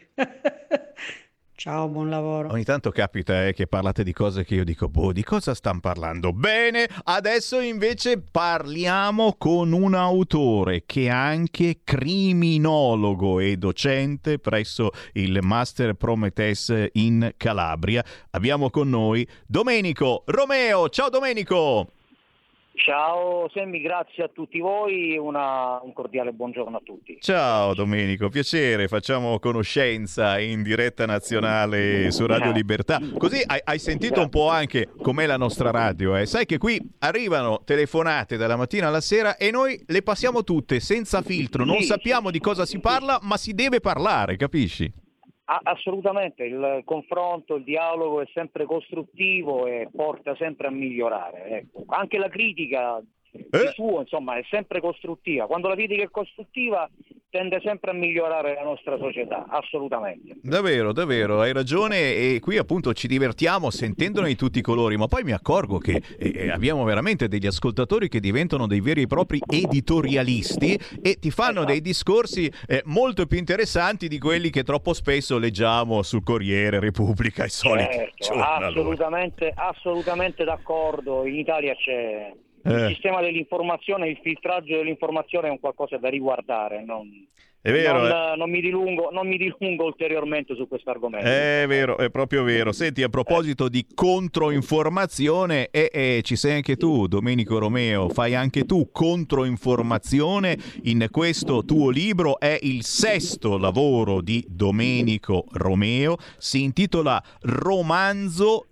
U: Ciao, buon lavoro.
B: Ogni tanto capita eh, che parlate di cose che io dico, boh, di cosa stanno parlando? Bene, adesso invece parliamo con un autore che è anche criminologo e docente presso il Master Prometheus in Calabria. Abbiamo con noi Domenico Romeo. Ciao Domenico!
V: Ciao Sammy, grazie a tutti voi, una, un cordiale buongiorno a tutti.
B: Ciao Domenico, piacere, facciamo conoscenza in diretta nazionale su Radio Libertà. Così hai, hai sentito un po' anche com'è la nostra radio, eh? Sai che qui arrivano telefonate dalla mattina alla sera e noi le passiamo tutte senza filtro, non sappiamo di cosa si parla, ma si deve parlare, capisci?
V: Assolutamente, il confronto, il dialogo è sempre costruttivo e porta sempre a migliorare. Ecco. Anche la critica di
B: eh?
V: suo, insomma, è sempre costruttiva. Quando la critica è costruttiva tende sempre a migliorare la nostra società, assolutamente.
B: Davvero, davvero, hai ragione, e qui appunto ci divertiamo sentendone di tutti i colori, ma poi mi accorgo che eh, abbiamo veramente degli ascoltatori che diventano dei veri e propri editorialisti e ti fanno dei discorsi eh, molto più interessanti di quelli che troppo spesso leggiamo sul Corriere, Repubblica e soliti
V: Certo,
B: giornali.
V: assolutamente, assolutamente d'accordo. In Italia c'è il
B: Eh.
V: sistema dell'informazione, il filtraggio dell'informazione è un qualcosa da riguardare. Non,
B: È vero,
V: non,
B: eh.
V: non mi dilungo, non mi dilungo ulteriormente su questo argomento.
B: È vero, è proprio vero. Senti, a proposito di controinformazione, e eh, eh, ci sei anche tu, Domenico Romeo, fai anche tu controinformazione in questo tuo libro, è il sesto lavoro di Domenico Romeo, si intitola Romanzo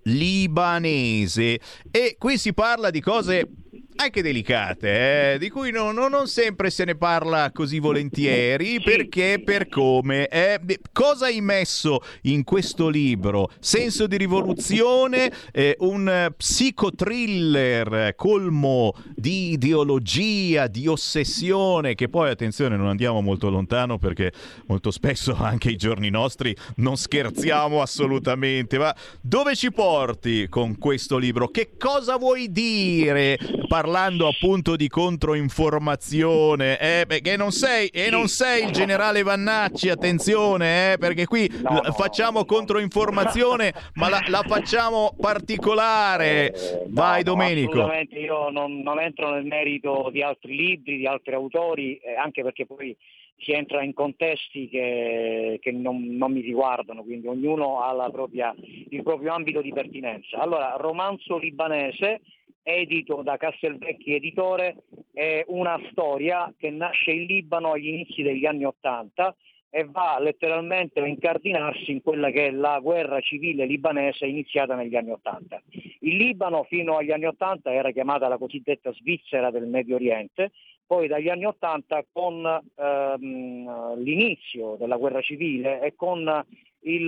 B: libanese e qui si parla di cose anche delicate, eh, di cui no, no, non sempre se ne parla così volentieri, perché per come. Eh, cosa hai messo in questo libro? Senso di rivoluzione, eh, un psicotriller colmo di ideologia, di ossessione, che poi, attenzione, non andiamo molto lontano perché molto spesso anche ai giorni nostri non scherziamo assolutamente, ma dove ci porti con questo libro? Che cosa vuoi dire parlando appunto di controinformazione? Eh, perché non sei e non sei il generale Vannacci, attenzione, eh, perché qui
V: No,
B: l-
V: no,
B: facciamo controinformazione, ma la, la facciamo particolare.
V: Eh,
B: Vai,
V: no, no,
B: Domenico.
V: assolutamente, io non, non entro nel merito di altri libri, di altri autori, eh, anche perché poi si entra in contesti che, che non, non mi riguardano, quindi ognuno ha la propria, il proprio ambito di pertinenza. Allora, Romanzo libanese, edito da Castelvecchi Editore, è una storia che nasce in Libano agli inizi degli anni Ottanta e va letteralmente a incardinarsi in quella che è la guerra civile libanese iniziata negli anni Ottanta. Il Libano fino agli anni Ottanta era chiamata la cosiddetta Svizzera del Medio Oriente, poi dagli anni Ottanta con ehm, l'inizio della guerra civile e con il,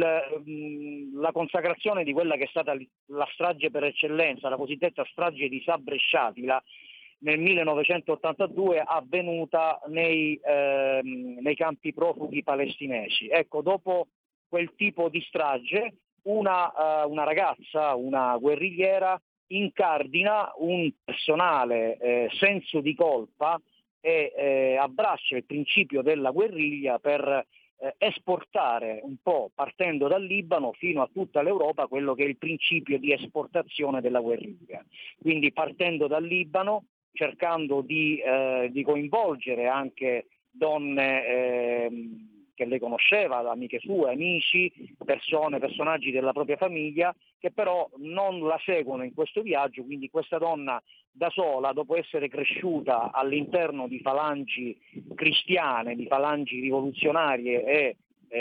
V: la consacrazione di quella che è stata la strage per eccellenza, la cosiddetta strage di Sabra e Shatila, nel millenovecentottantadue avvenuta nei, ehm, nei campi profughi palestinesi. Ecco, dopo quel tipo di strage, una, uh, una ragazza, una guerrigliera, incardina un personale eh, senso di colpa e eh, abbraccia il principio della guerriglia per eh, esportare un po', partendo dal Libano fino a tutta l'Europa, quello che è il principio di esportazione della guerriglia. Quindi partendo dal Libano, cercando di, eh, di coinvolgere anche donne eh, che lei conosceva, amiche sue, amici, persone, personaggi della propria famiglia, che però non la seguono in questo viaggio, quindi questa donna da sola, dopo essere cresciuta all'interno di falangi cristiane, di falangi rivoluzionarie e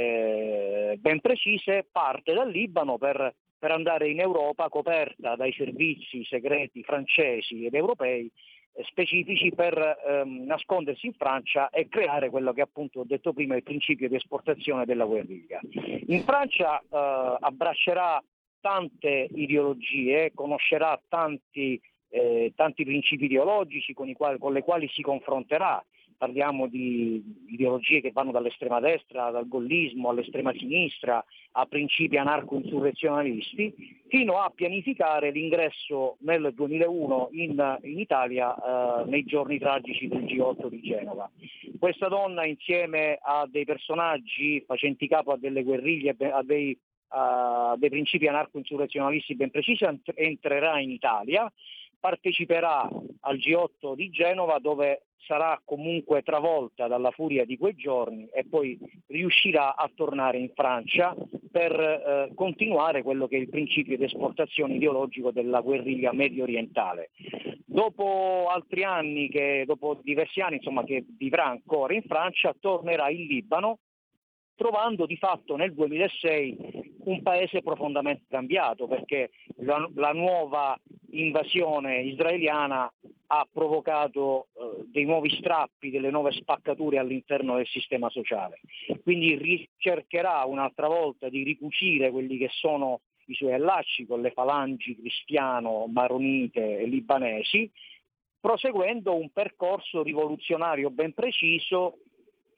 V: eh, ben precise, parte dal Libano per, per andare in Europa, coperta dai servizi segreti francesi ed europei specifici, per ehm, nascondersi in Francia e creare quello che appunto ho detto prima, il principio di esportazione della guerriglia. In Francia eh, abbraccerà tante ideologie, conoscerà tanti, eh, tanti principi ideologici con, i quali, con le quali si confronterà. Parliamo di ideologie che vanno dall'estrema destra, dal gollismo all'estrema sinistra, a principi anarco-insurrezionalisti, fino a pianificare l'ingresso nel duemilauno in, in Italia eh, nei giorni tragici del G otto di Genova. Questa donna, insieme a dei personaggi facenti capo a delle guerriglie, a dei, a dei principi anarco-insurrezionalisti ben precisi, entrerà in Italia, parteciperà al G otto di Genova, dove sarà comunque travolta dalla furia di quei giorni e poi riuscirà a tornare in Francia per eh, continuare quello che è il principio di esportazione ideologico della guerriglia medio orientale. Dopo altri anni, che, dopo diversi anni insomma, che vivrà ancora in Francia, tornerà in Libano, trovando di fatto nel duemilasei un paese profondamente cambiato, perché la, la nuova invasione israeliana ha provocato eh, dei nuovi strappi, delle nuove spaccature all'interno del sistema sociale. Quindi ricercherà un'altra volta di ricucire quelli che sono i suoi allacci con le falangi cristiano, maronite e libanesi, proseguendo un percorso rivoluzionario ben preciso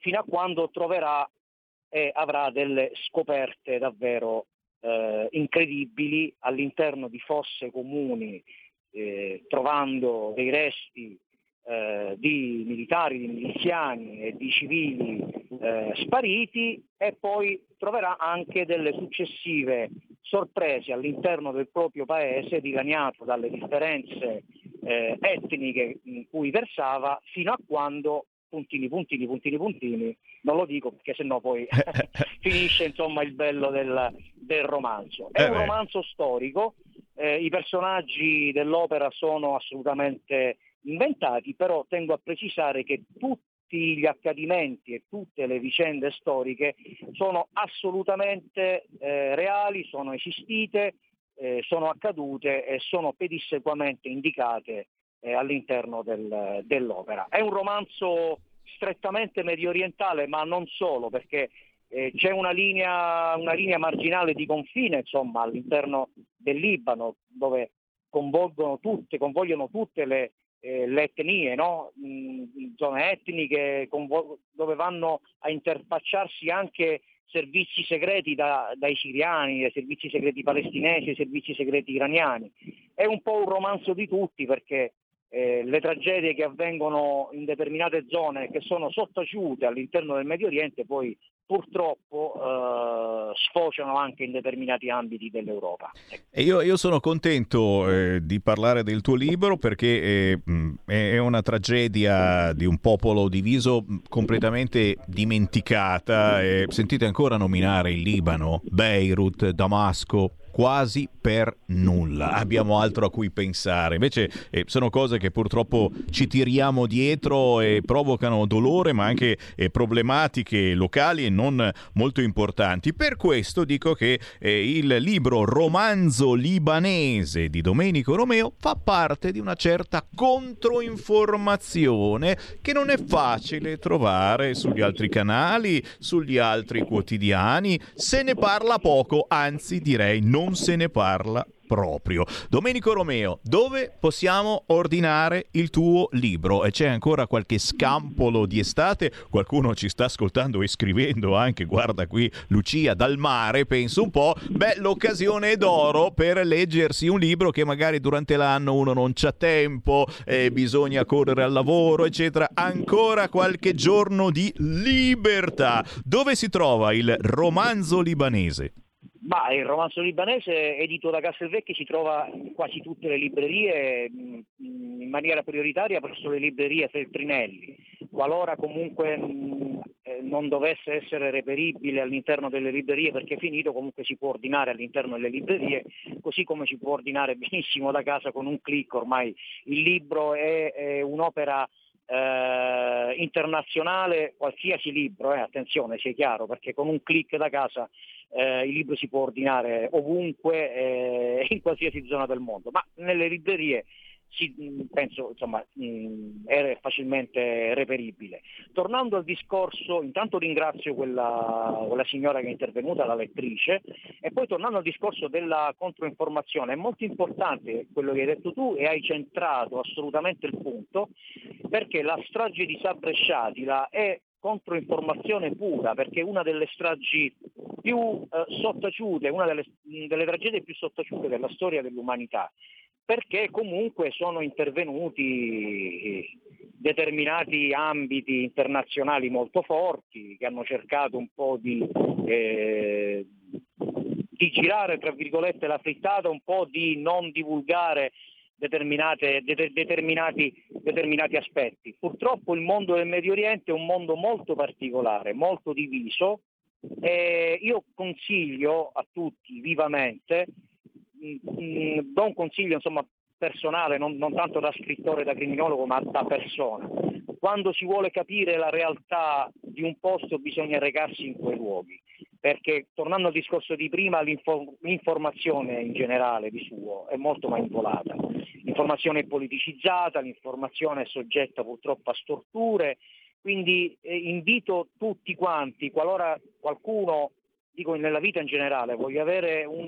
V: fino a quando troverà e avrà delle scoperte davvero eh, incredibili all'interno di fosse comuni, eh, trovando dei resti eh, di militari, di miliziani e di civili eh, spariti, e poi troverà anche delle successive sorprese all'interno del proprio paese, dilaniato dalle differenze eh, etniche in cui versava, fino a quando puntini, puntini, puntini, puntini, non lo dico perché sennò poi finisce insomma il bello del, del romanzo. È
B: eh
V: un
B: beh.
V: romanzo storico, eh, i personaggi dell'opera sono assolutamente inventati, però tengo a precisare che tutti gli accadimenti e tutte le vicende storiche sono assolutamente eh, reali, sono esistite, eh, sono accadute e sono pedissequamente indicate eh, all'interno del, dell'opera. È un romanzo strettamente medio orientale, ma non solo, perché eh, c'è una linea, una linea marginale di confine, insomma, all'interno del Libano, dove convolgono tutte, convogliono tutte le Eh, le etnie, no? Mm, zone etniche convo- dove vanno a interfacciarsi anche servizi segreti da, dai siriani, dai servizi segreti palestinesi, ai servizi segreti iraniani. È un po' un romanzo di tutti, perché eh, le tragedie che avvengono in determinate zone che sono sottaciute all'interno del Medio Oriente poi purtroppo eh, sfociano anche in determinati ambiti dell'Europa.
B: E io, io sono contento eh, di parlare del tuo libro, perché eh, mh, è una tragedia di un popolo diviso, mh, completamente dimenticata. Eh, sentite ancora nominare il Libano, Beirut, Damasco, quasi per nulla. Abbiamo altro a cui pensare. Invece eh, sono cose che purtroppo ci tiriamo dietro e provocano dolore, ma anche eh, problematiche locali e non molto importanti. Per questo dico che eh, il libro Romanzo libanese di Domenico Romeo fa parte di una certa controinformazione che non è facile trovare sugli altri canali, sugli altri quotidiani. Se ne parla poco, anzi direi non non se ne parla proprio. Domenico Romeo, dove possiamo ordinare il tuo libro? E c'è ancora qualche scampolo di estate? Qualcuno ci sta ascoltando e scrivendo anche, guarda qui Lucia dal mare, penso un po', beh, l'occasione è d'oro per leggersi un libro che magari durante l'anno uno non c'ha tempo, eh, bisogna correre al lavoro, eccetera. Ancora qualche giorno di libertà. Dove si trova il Romanzo libanese?
V: Ma il romanzo libanese edito da Castelvecchi si trova in quasi tutte le librerie, in maniera prioritaria presso le librerie Feltrinelli. Qualora comunque non dovesse essere reperibile all'interno delle librerie perché è finito, comunque si può ordinare all'interno delle librerie, così come si può ordinare benissimo da casa con un click. Ormai il libro è, è un'opera eh, internazionale, qualsiasi libro, eh, attenzione, sia chiaro, perché con un click da casa Eh, il libro si può ordinare ovunque, eh, in qualsiasi zona del mondo, ma nelle librerie si, penso insomma mh, è facilmente reperibile. Tornando al discorso, intanto ringrazio quella, quella signora che è intervenuta, la lettrice, e poi tornando al discorso della controinformazione, è molto importante quello che hai detto tu e hai centrato assolutamente il punto, perché la strage di Sabra e Shatila è controinformazione pura, perché una delle stragi più eh, sottaciute, una delle, delle tragedie più sottaciute della storia dell'umanità, perché comunque sono intervenuti determinati ambiti internazionali molto forti che hanno cercato un po' di, eh, di girare, tra virgolette, la frittata, un po' di non divulgare Determinate, de- determinati, determinati aspetti. Purtroppo il mondo del Medio Oriente è un mondo molto particolare, molto diviso, e io consiglio a tutti vivamente, mh, mh, do un consiglio insomma personale, non, non tanto da scrittore, da criminologo, ma da persona. Quando si vuole capire la realtà di un posto bisogna recarsi in quei luoghi, perché tornando al discorso di prima, l'info- l'informazione in generale di suo è molto manipolata. L'informazione è politicizzata, l'informazione è soggetta purtroppo a storture, quindi eh, invito tutti quanti, qualora qualcuno, dico nella vita in generale, voglia avere un,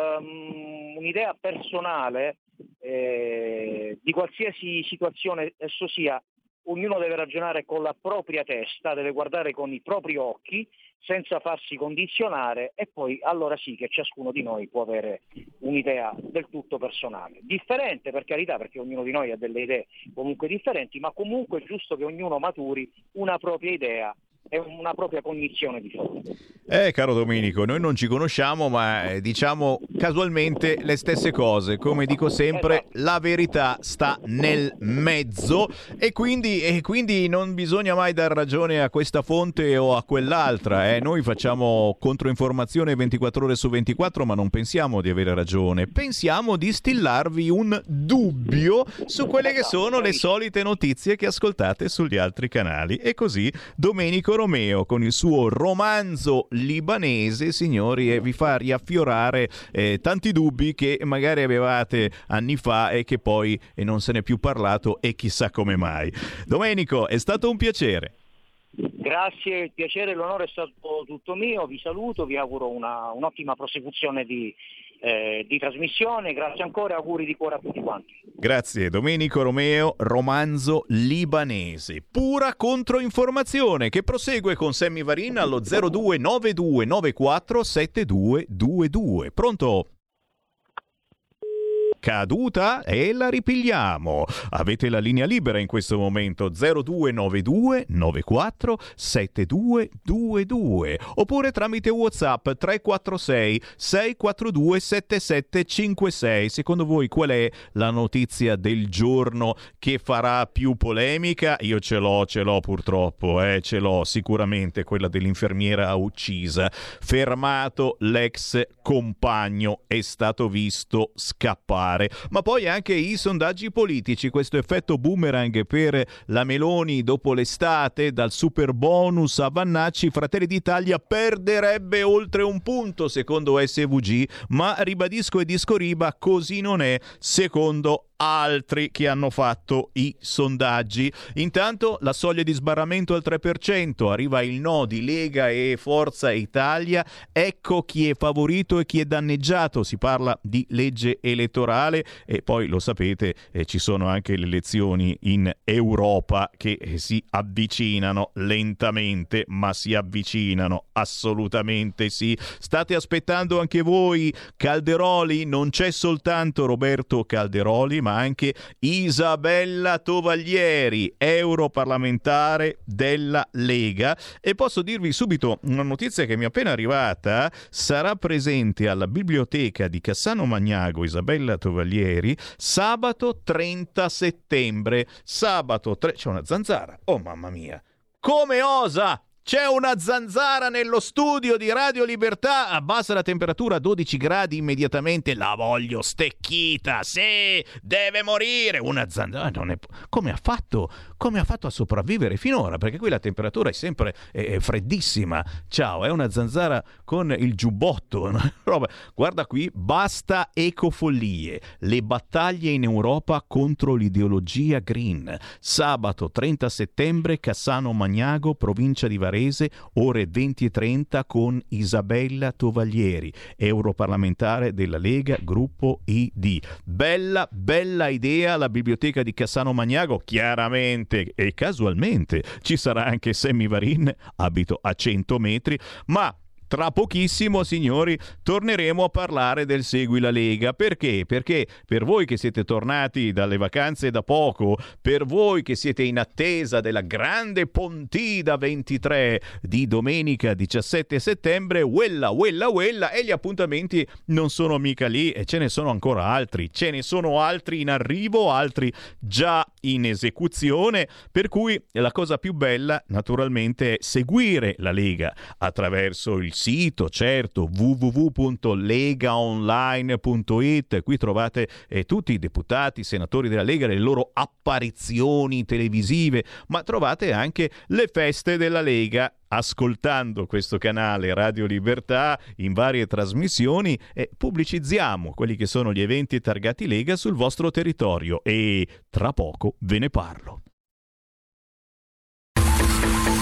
V: um, un'idea personale eh, di qualsiasi situazione esso sia, ognuno deve ragionare con la propria testa, deve guardare con i propri occhi, senza farsi condizionare, e poi allora sì che ciascuno di noi può avere un'idea del tutto personale. Differente, per carità, perché ognuno di noi ha delle idee comunque differenti, ma comunque è giusto che ognuno maturi una propria idea e una propria cognizione di fondo.
B: Eh, caro Domenico, noi non ci conosciamo, ma eh, diciamo casualmente le stesse cose. Come dico sempre, la verità sta nel mezzo e quindi, e quindi non bisogna mai dar ragione a questa fonte o a quell'altra. Eh. Noi facciamo controinformazione ventiquattro ore su ventiquattro, ma non pensiamo di avere ragione. Pensiamo di stillarvi un dubbio su quelle che sono le solite notizie che ascoltate sugli altri canali. E così Domenico Romeo con il suo romanzo libanese, signori, e vi fa riaffiorare eh, tanti dubbi che magari avevate anni fa e che poi eh, non se n'è più parlato, e chissà come mai. Domenico, è stato un piacere.
V: Grazie, il piacere e l'onore è stato tutto mio, vi saluto, vi auguro una, un'ottima prosecuzione di, eh, di trasmissione, grazie ancora e auguri di cuore a tutti quanti.
B: Grazie, Domenico Romeo, romanzo libanese, pura controinformazione, che prosegue con Sammy Varin allo zero due nove due nove quattro sette due due due. Pronto? Caduta e la ripigliamo. Avete la linea libera in questo momento, zero due nove due nove quattro sette due due due, oppure tramite WhatsApp tre quattro sei sei quattro due sette sette cinque sei. Secondo voi qual è la notizia del giorno che farà più polemica? Io ce l'ho, ce l'ho purtroppo, eh, ce l'ho sicuramente, quella dell'infermiera uccisa. Fermato l'ex compagno, è stato visto scappare. Ma poi anche i sondaggi politici, questo effetto boomerang per la Meloni dopo l'estate, dal super bonus a Vannacci, Fratelli d'Italia perderebbe oltre un punto secondo S V G, ma ribadisco e discoriba, così non è secondo altri che hanno fatto i sondaggi. Intanto la soglia di sbarramento al tre per cento, arriva il no di Lega e Forza Italia. Ecco chi è favorito e chi è danneggiato. Si parla di legge elettorale e poi lo sapete, eh, ci sono anche le elezioni in Europa che eh, si avvicinano lentamente, ma si avvicinano assolutamente sì. State aspettando anche voi Calderoli? Non c'è soltanto Roberto Calderoli, ma anche Isabella Tovaglieri, europarlamentare della Lega. E posso dirvi subito una notizia che mi è appena arrivata: sarà presente alla biblioteca di Cassano Magnago Isabella Tovaglieri sabato trenta settembre. Sabato tre... c'è una zanzara, oh mamma mia, come osa! C'è una zanzara nello studio di Radio Libertà. Abbassa la temperatura a dodici gradi immediatamente. La voglio stecchita. Sì, deve morire. Una zanzara. Non è... Come ha fatto? Come ha fatto a sopravvivere finora? Perché qui la temperatura è sempre eh, freddissima. Ciao, è una zanzara con il giubbotto. Roba. Guarda qui, basta ecofollie. Le battaglie in Europa contro l'ideologia green. Sabato trenta settembre, Cassano Magnago, provincia di Varese. Ore venti e trenta con Isabella Tovaglieri, europarlamentare della Lega, gruppo I D. Bella, bella idea la biblioteca di Cassano Magnago. Chiaramente e casualmente ci sarà anche Sammy Varin, abito a cento metri, ma tra pochissimo, signori, torneremo a parlare del Segui la Lega. Perché? Perché per voi che siete tornati dalle vacanze da poco, per voi che siete in attesa della grande Pontida ventitré di domenica diciassette settembre, uella, uella, uella, e gli appuntamenti non sono mica lì, e ce ne sono ancora altri. Ce ne sono altri in arrivo, altri già in esecuzione, per cui la cosa più bella, naturalmente, è seguire la Lega attraverso il sito, certo, w w w punto lega online punto i t. Qui trovate eh, tutti i deputati, i senatori della Lega, le loro apparizioni televisive, ma trovate anche le feste della Lega. Ascoltando questo canale Radio Libertà in varie trasmissioni e pubblicizziamo quelli che sono gli eventi targati Lega sul vostro territorio, e tra poco ve ne parlo.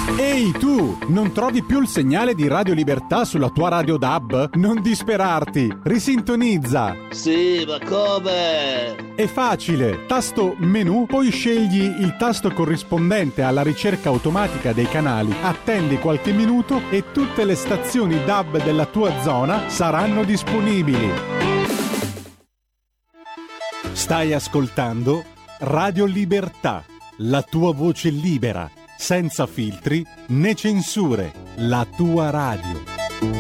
J: Ehi tu, non trovi più il segnale di Radio Libertà sulla tua radio D A B? Non disperarti, risintonizza!
K: Sì, ma come?
J: È facile, tasto menu, poi scegli il tasto corrispondente alla ricerca automatica dei canali, attendi qualche minuto e tutte le stazioni D A B della tua zona saranno disponibili. Stai ascoltando Radio Libertà, la tua voce libera, senza filtri né censure, la tua radio.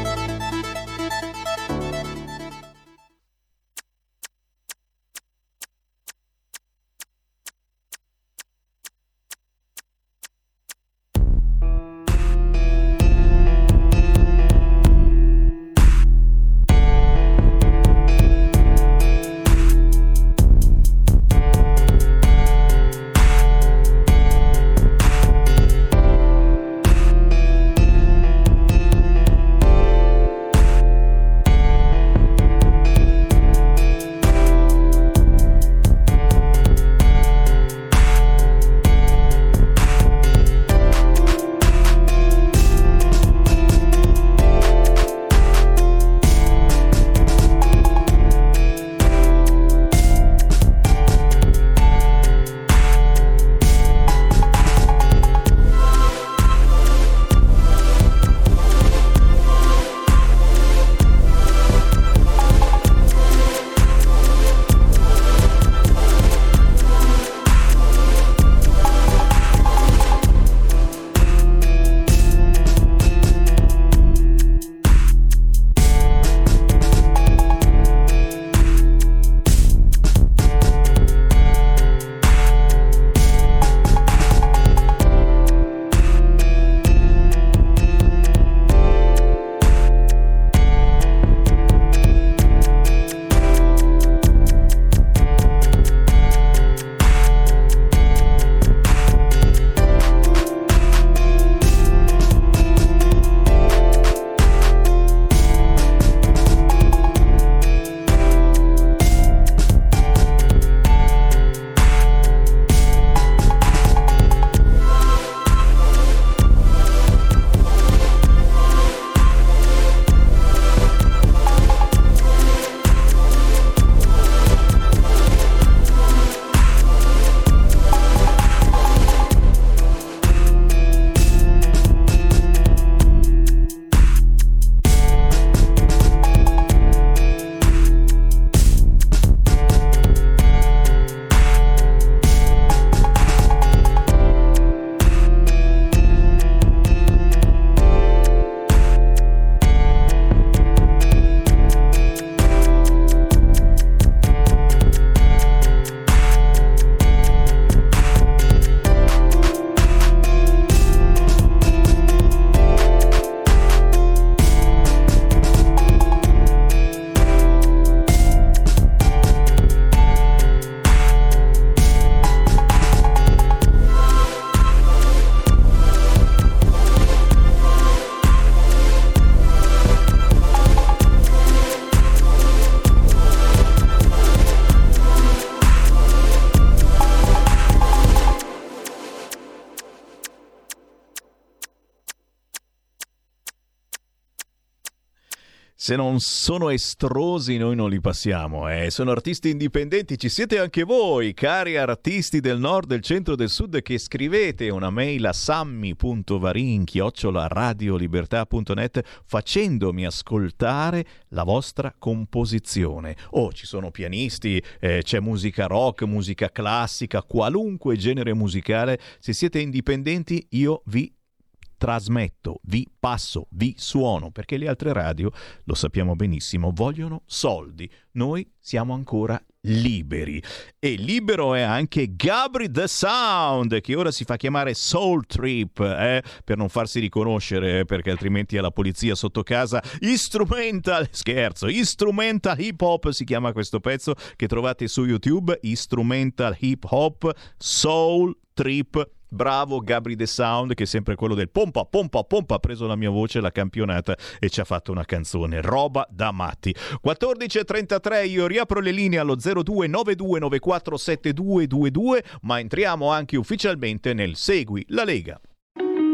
B: Se non sono estrosi noi non li passiamo, eh. Sono artisti indipendenti, ci siete anche voi, cari artisti del nord, del centro, del sud, che scrivete una mail a sammy punto varin chiocciola radiolibertà punto net facendomi ascoltare la vostra composizione. Oh, ci sono pianisti, eh, c'è musica rock, musica classica, qualunque genere musicale. Se siete indipendenti io vi trasmetto, vi passo, vi suono, perché le altre radio, lo sappiamo benissimo, vogliono soldi. Noi siamo ancora liberi. E libero è anche Gabri The Sound, che ora si fa chiamare Soul Trip, eh, per non farsi riconoscere, perché altrimenti alla polizia sotto casa. Instrumental, scherzo, Instrumental Hip Hop si chiama questo pezzo, che trovate su YouTube, Instrumental Hip Hop Soul Trip. Bravo Gabri The Sound, che è sempre quello del pompa, pompa, pompa, ha preso la mia voce, l'ha campionata e ci ha fatto una canzone, roba da matti. quattordici e trentatré, io riapro le linee allo zero due nove due nove quattro sette due due due, ma entriamo anche ufficialmente nel Segui la Lega.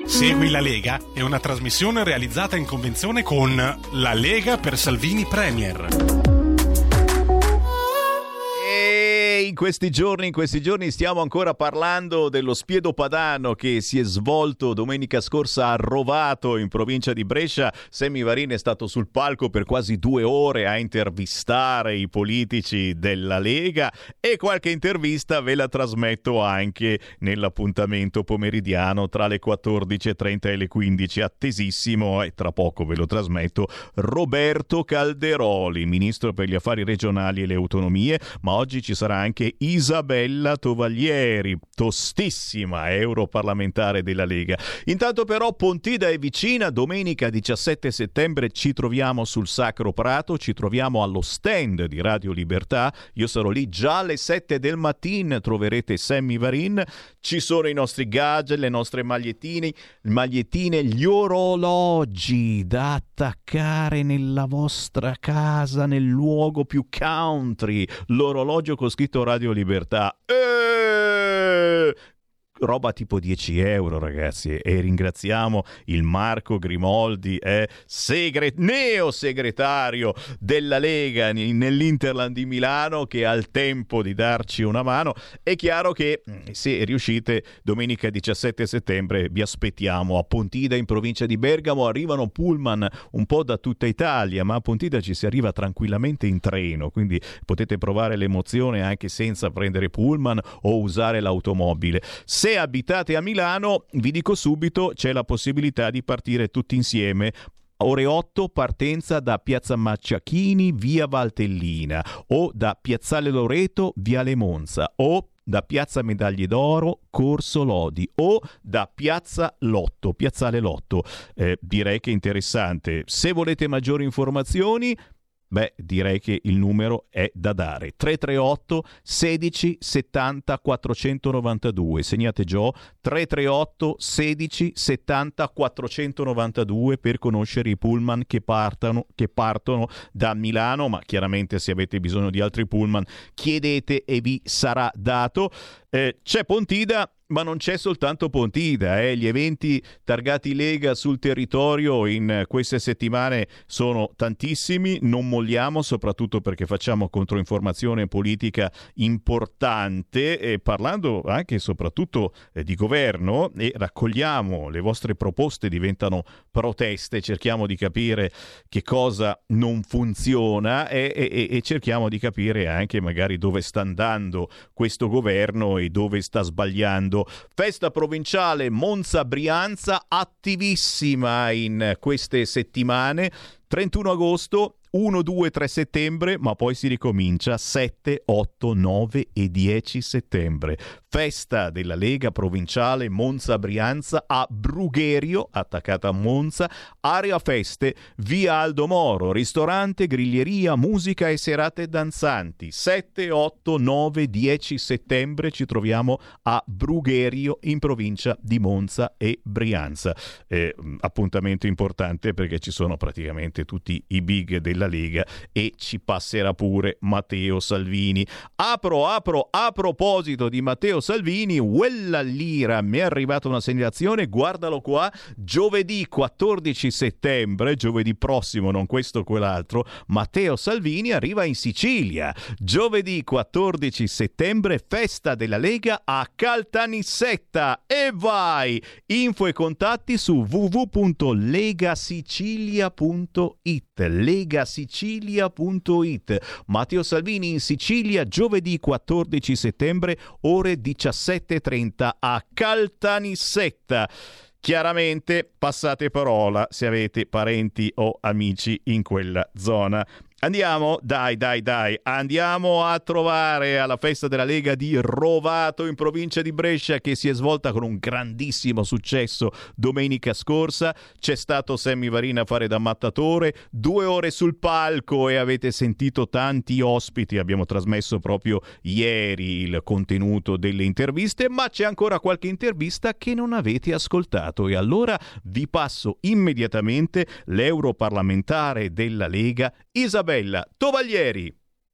J: Segui la Lega è una trasmissione realizzata in convenzione con La Lega per Salvini Premier.
B: In questi giorni, in questi giorni stiamo ancora parlando dello spiedo padano che si è svolto domenica scorsa a Rovato in provincia di Brescia. Sammy Varin è stato sul palco per quasi due ore a intervistare i politici della Lega e qualche intervista ve la trasmetto anche nell'appuntamento pomeridiano tra le quattordici e trenta e le quindici. Attesissimo, e tra poco ve lo trasmetto, Roberto Calderoli, ministro per gli affari regionali e le autonomie, ma oggi ci sarà anche Isabella Tovaglieri, tostissima europarlamentare della Lega. Intanto però Pontida è vicina, domenica diciassette settembre ci troviamo sul Sacro Prato, ci troviamo allo stand di Radio Libertà, io sarò lì già alle sette del mattino, troverete Sammy Varin, ci sono i nostri gadget, le nostre magliettine, magliettine, gli orologi da attaccare nella vostra casa, nel luogo più country, l'orologio con scritto Radio Libertà. Eeeh! Roba tipo dieci euro, ragazzi, e ringraziamo il Marco Grimoldi, eh, segre- neo segretario della Lega nell'Interland di Milano, che ha il tempo di darci una mano. È chiaro che se riuscite domenica diciassette settembre vi aspettiamo a Pontida in provincia di Bergamo. Arrivano pullman un po' da tutta Italia, ma a Pontida ci si arriva tranquillamente in treno, quindi potete provare l'emozione anche senza prendere pullman o usare l'automobile. Se abitate a Milano, vi dico subito, c'è la possibilità di partire tutti insieme. Ore otto, partenza da Piazza Macciachini, via Valtellina, o da Piazzale Loreto, viale Monza, o da Piazza Medaglie d'Oro, Corso Lodi, o da Piazza Lotto, Piazzale Lotto. Eh, direi che è interessante. Se volete maggiori informazioni, beh, direi che il numero è da dare. tre tre otto sedici settanta quattrocentonovantadue. Segnate già, tre tre otto sedici settanta quattrocentonovantadue per conoscere i pullman che partono, che partono da Milano, ma chiaramente se avete bisogno di altri pullman chiedete e vi sarà dato. Eh, c'è Pontida, ma non c'è soltanto Pontida, eh. Gli eventi targati Lega sul territorio in queste settimane sono tantissimi, non molliamo, soprattutto perché facciamo controinformazione politica importante, e parlando anche e soprattutto eh, di governo, e raccogliamo le vostre proposte, diventano proteste, cerchiamo di capire che cosa non funziona e, e, e cerchiamo di capire anche magari dove sta andando questo governo e dove sta sbagliando. Festa provinciale Monza-Brianza attivissima in queste settimane, trentuno agosto, uno, due, tre settembre, ma poi si ricomincia sette, otto, nove e dieci settembre. Festa della Lega provinciale Monza-Brianza a Brugherio, attaccata a Monza, area feste, via Aldo Moro, ristorante, griglieria, musica e serate danzanti. sette, otto, nove, dieci settembre ci troviamo a Brugherio in provincia di Monza e Brianza. Eh, appuntamento importante perché ci sono praticamente tutti i big del la Lega e ci passerà pure Matteo Salvini. Apro, apro, a proposito di Matteo Salvini, quella lira, mi è arrivata una segnalazione, guardalo qua, giovedì quattordici settembre, giovedì prossimo, non questo quell'altro, Matteo Salvini arriva in Sicilia. Giovedì quattordici settembre, festa della Lega a Caltanissetta, e vai! Info e contatti su w w w punto legasicilia punto it. legasicilia punto it. Matteo Salvini in Sicilia giovedì quattordici settembre ore diciassette e trenta a Caltanissetta. Chiaramente passate parola se avete parenti o amici in quella zona. Andiamo, dai, dai, dai, andiamo a trovare alla festa della Lega di Rovato in provincia di Brescia, che si è svolta con un grandissimo successo domenica scorsa. C'è stato Sammy Varin a fare da mattatore, due ore sul palco e avete sentito tanti ospiti. Abbiamo trasmesso proprio ieri il contenuto delle interviste, ma c'è ancora qualche intervista che non avete ascoltato e allora vi passo immediatamente l'europarlamentare della Lega Isabella Tovaglieri.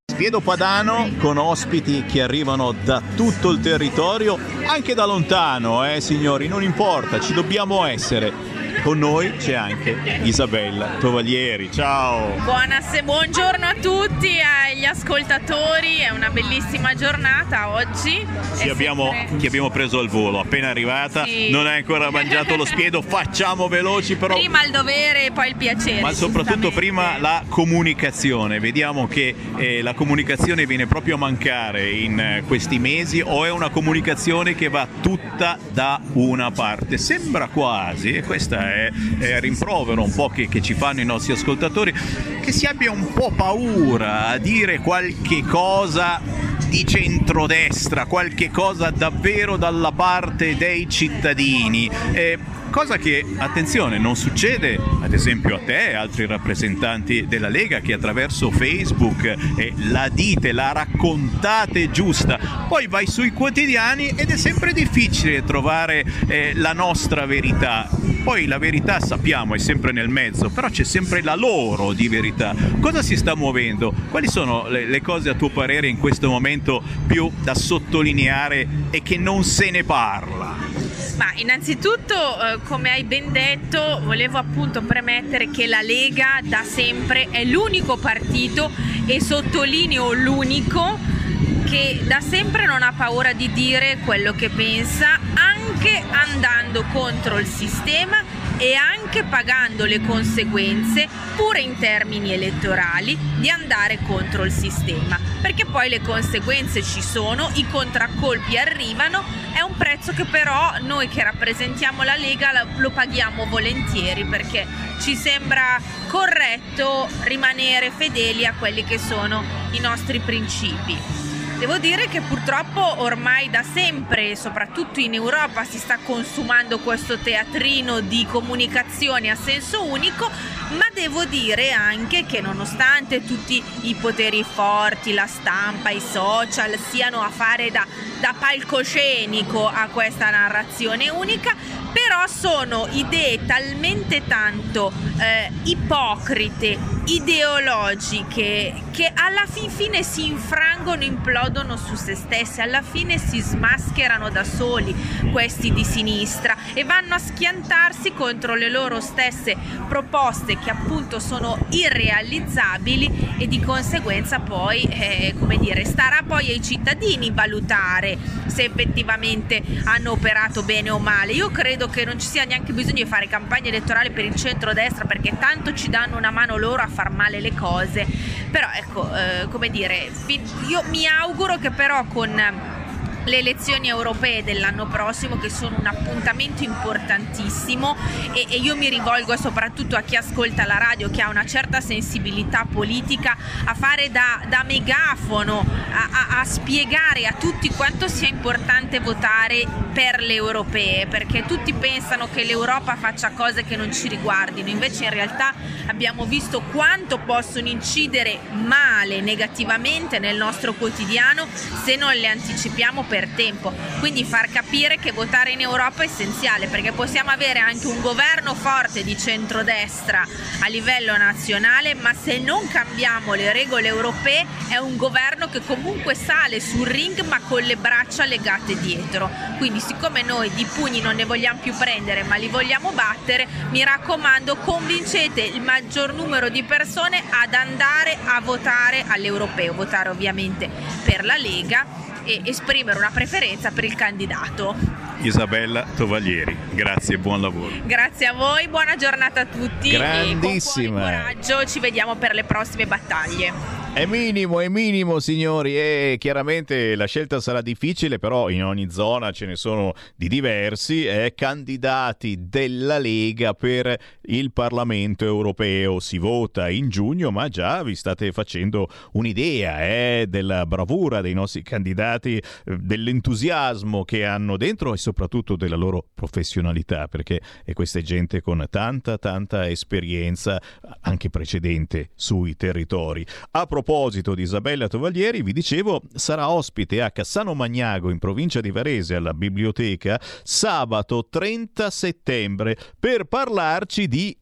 B: Spiedo Padano con ospiti che arrivano da tutto il territorio, anche da lontano, eh signori, non importa, ci dobbiamo essere. Con noi c'è anche Isabella Tovaglieri, ciao!
A: Buonasera, buongiorno a tutti, agli ascoltatori, è una bellissima giornata oggi.
B: Sì, abbiamo, sempre... chi abbiamo preso al volo, appena arrivata, sì. Non hai ancora mangiato lo spiedo, facciamo veloci però...
A: Prima il dovere e poi il piacere.
B: Ma soprattutto prima la comunicazione, vediamo che eh, la comunicazione viene proprio a mancare in eh, questi mesi, o è una comunicazione che va tutta da una parte? Sembra quasi, e questa è È, è rimprovero un po' che, che ci fanno i nostri ascoltatori, che si abbia un po' paura a dire qualche cosa di centrodestra, qualche cosa davvero dalla parte dei cittadini, eh, cosa che, attenzione, non succede ad esempio a te e altri rappresentanti della Lega che attraverso Facebook eh, la dite, la raccontate giusta, poi vai sui quotidiani ed è sempre difficile trovare eh, la nostra verità. Poi la verità sappiamo è sempre nel mezzo, però c'è sempre la loro di verità. Cosa si sta muovendo? Quali sono le, le cose a tuo parere in questo momento più da sottolineare e che non se ne parla?
A: Ma innanzitutto, eh, come hai ben detto, volevo appunto premettere che la Lega da sempre è l'unico partito, e sottolineo l'unico, che da sempre non ha paura di dire quello che pensa, anche andando contro il sistema e anche pagando le conseguenze, pure in termini elettorali, di andare contro il sistema, perché poi le conseguenze ci sono, i contraccolpi arrivano, è un prezzo che però noi che rappresentiamo la Lega lo paghiamo volentieri, perché ci sembra corretto rimanere fedeli a quelli che sono i nostri principi. Devo dire che purtroppo ormai da sempre, soprattutto in Europa, si sta consumando questo teatrino di comunicazione a senso unico, ma devo dire anche che nonostante tutti i poteri forti, la stampa, i social siano a fare da, da palcoscenico a questa narrazione unica, però sono idee talmente tanto eh, ipocrite, ideologiche, che alla fin fine si infrangono, implodono su se stesse, alla fine si smascherano da soli questi di sinistra e vanno a schiantarsi contro le loro stesse proposte, che appunto sono irrealizzabili, e di conseguenza poi, eh, come dire, starà poi ai cittadini valutare se effettivamente hanno operato bene o male. Io credo che non ci sia neanche bisogno di fare campagna elettorale per il centrodestra, perché tanto ci danno una mano loro a far male le cose. Però ecco, eh, come dire, io mi auguro che però con le elezioni europee dell'anno prossimo, che sono un appuntamento importantissimo, e, e io mi rivolgo soprattutto a chi ascolta la radio, che ha una certa sensibilità politica, a fare da, da megafono, a, a, a spiegare a tutti quanto sia importante votare per le europee, perché tutti pensano che l'Europa faccia cose che non ci riguardino, invece in realtà abbiamo visto quanto possono incidere male, negativamente nel nostro quotidiano se non le anticipiamo per tempo. Quindi far capire che votare in Europa è essenziale, perché possiamo avere anche un governo forte di centrodestra a livello nazionale, ma se non cambiamo le regole europee è un governo che comunque sale sul ring ma con le braccia legate dietro. Quindi siccome noi di pugni non ne vogliamo più prendere ma li vogliamo battere, mi raccomando, convincete il maggior numero di persone ad andare a votare all'europeo, votare ovviamente per la Lega e esprimere una preferenza per il candidato.
B: Isabella Tovaglieri, grazie e buon lavoro.
A: Grazie a voi, buona giornata a tutti.
B: Grandissima.
A: E con cuore e coraggio ci vediamo per le prossime battaglie.
B: È minimo, è minimo signori, e chiaramente la scelta sarà difficile, però in ogni zona ce ne sono di diversi, eh, candidati della Lega per il Parlamento europeo. Si vota in giugno, ma già vi state facendo un'idea eh, della bravura dei nostri candidati, eh, dell'entusiasmo che hanno dentro e soprattutto della loro professionalità, perché è questa gente con tanta tanta esperienza anche precedente sui territori. A proposito proposito di Isabella Tovaglieri, vi dicevo, sarà ospite a Cassano Magnago in provincia di Varese alla biblioteca sabato trenta settembre per parlarci di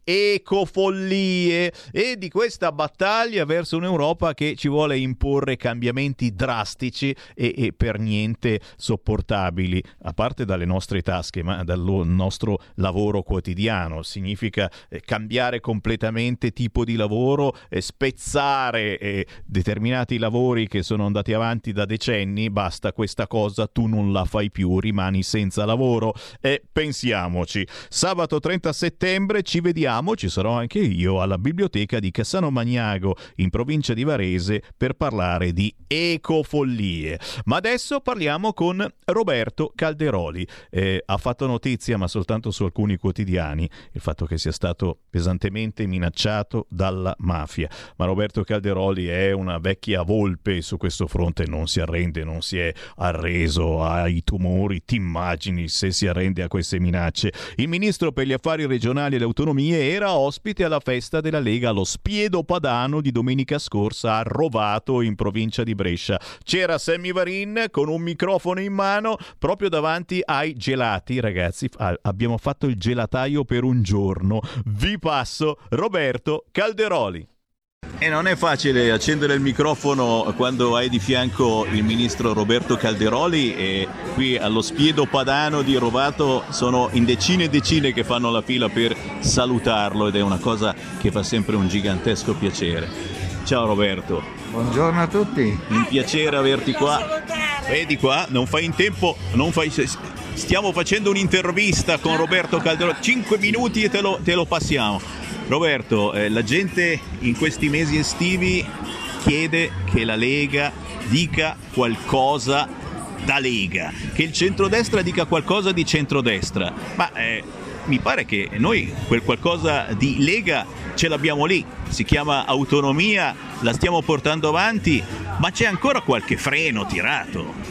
B: ecofollie e di questa battaglia verso un'Europa che ci vuole imporre cambiamenti drastici e, e per niente sopportabili, a parte dalle nostre tasche, ma dal nostro lavoro quotidiano. Significa eh, cambiare completamente tipo di lavoro, eh, spezzare eh, determinati lavori che sono andati avanti da decenni. Basta questa cosa, tu non la fai più, rimani senza lavoro. E pensiamoci, sabato trenta settembre ci vediamo, ci sarò anche io alla biblioteca di Cassano Magnago in provincia di Varese per parlare di ecofollie. Ma adesso parliamo con Roberto Calderoli. Eh, ha fatto notizia, ma soltanto su alcuni quotidiani, il fatto che sia stato pesantemente minacciato dalla mafia. Ma Roberto Calderoli è una vecchia volpe su questo fronte, non si arrende, non si è arreso ai tumori. Ti immagini se si arrende a queste minacce? Il ministro per gli affari regionali e le autonomie era ospite alla festa della Lega allo Spiedo Padano di domenica scorsa a Rovato in provincia di Brescia. C'era Sammy Varin con un microfono in mano proprio davanti ai gelati. Ragazzi, abbiamo fatto il gelataio per un giorno. Vi passo Roberto Calderoli. E non è facile accendere il microfono quando hai di fianco il ministro Roberto Calderoli, e qui allo Spiedo Padano di Rovato sono in decine e decine che fanno la fila per salutarlo, ed è una cosa che fa sempre un gigantesco piacere. Ciao Roberto.
D: Buongiorno a tutti.
B: Un piacere averti qua. Vedi qua, non fai in tempo, non fai... Stiamo facendo un'intervista con Roberto Calderoli, cinque minuti e te lo, te lo passiamo. Roberto, eh, la gente in questi mesi estivi chiede che la Lega dica qualcosa da Lega, che il centrodestra dica qualcosa di centrodestra, ma eh, mi pare che noi quel qualcosa di Lega ce l'abbiamo lì, si chiama autonomia, la stiamo portando avanti, ma c'è ancora qualche freno tirato.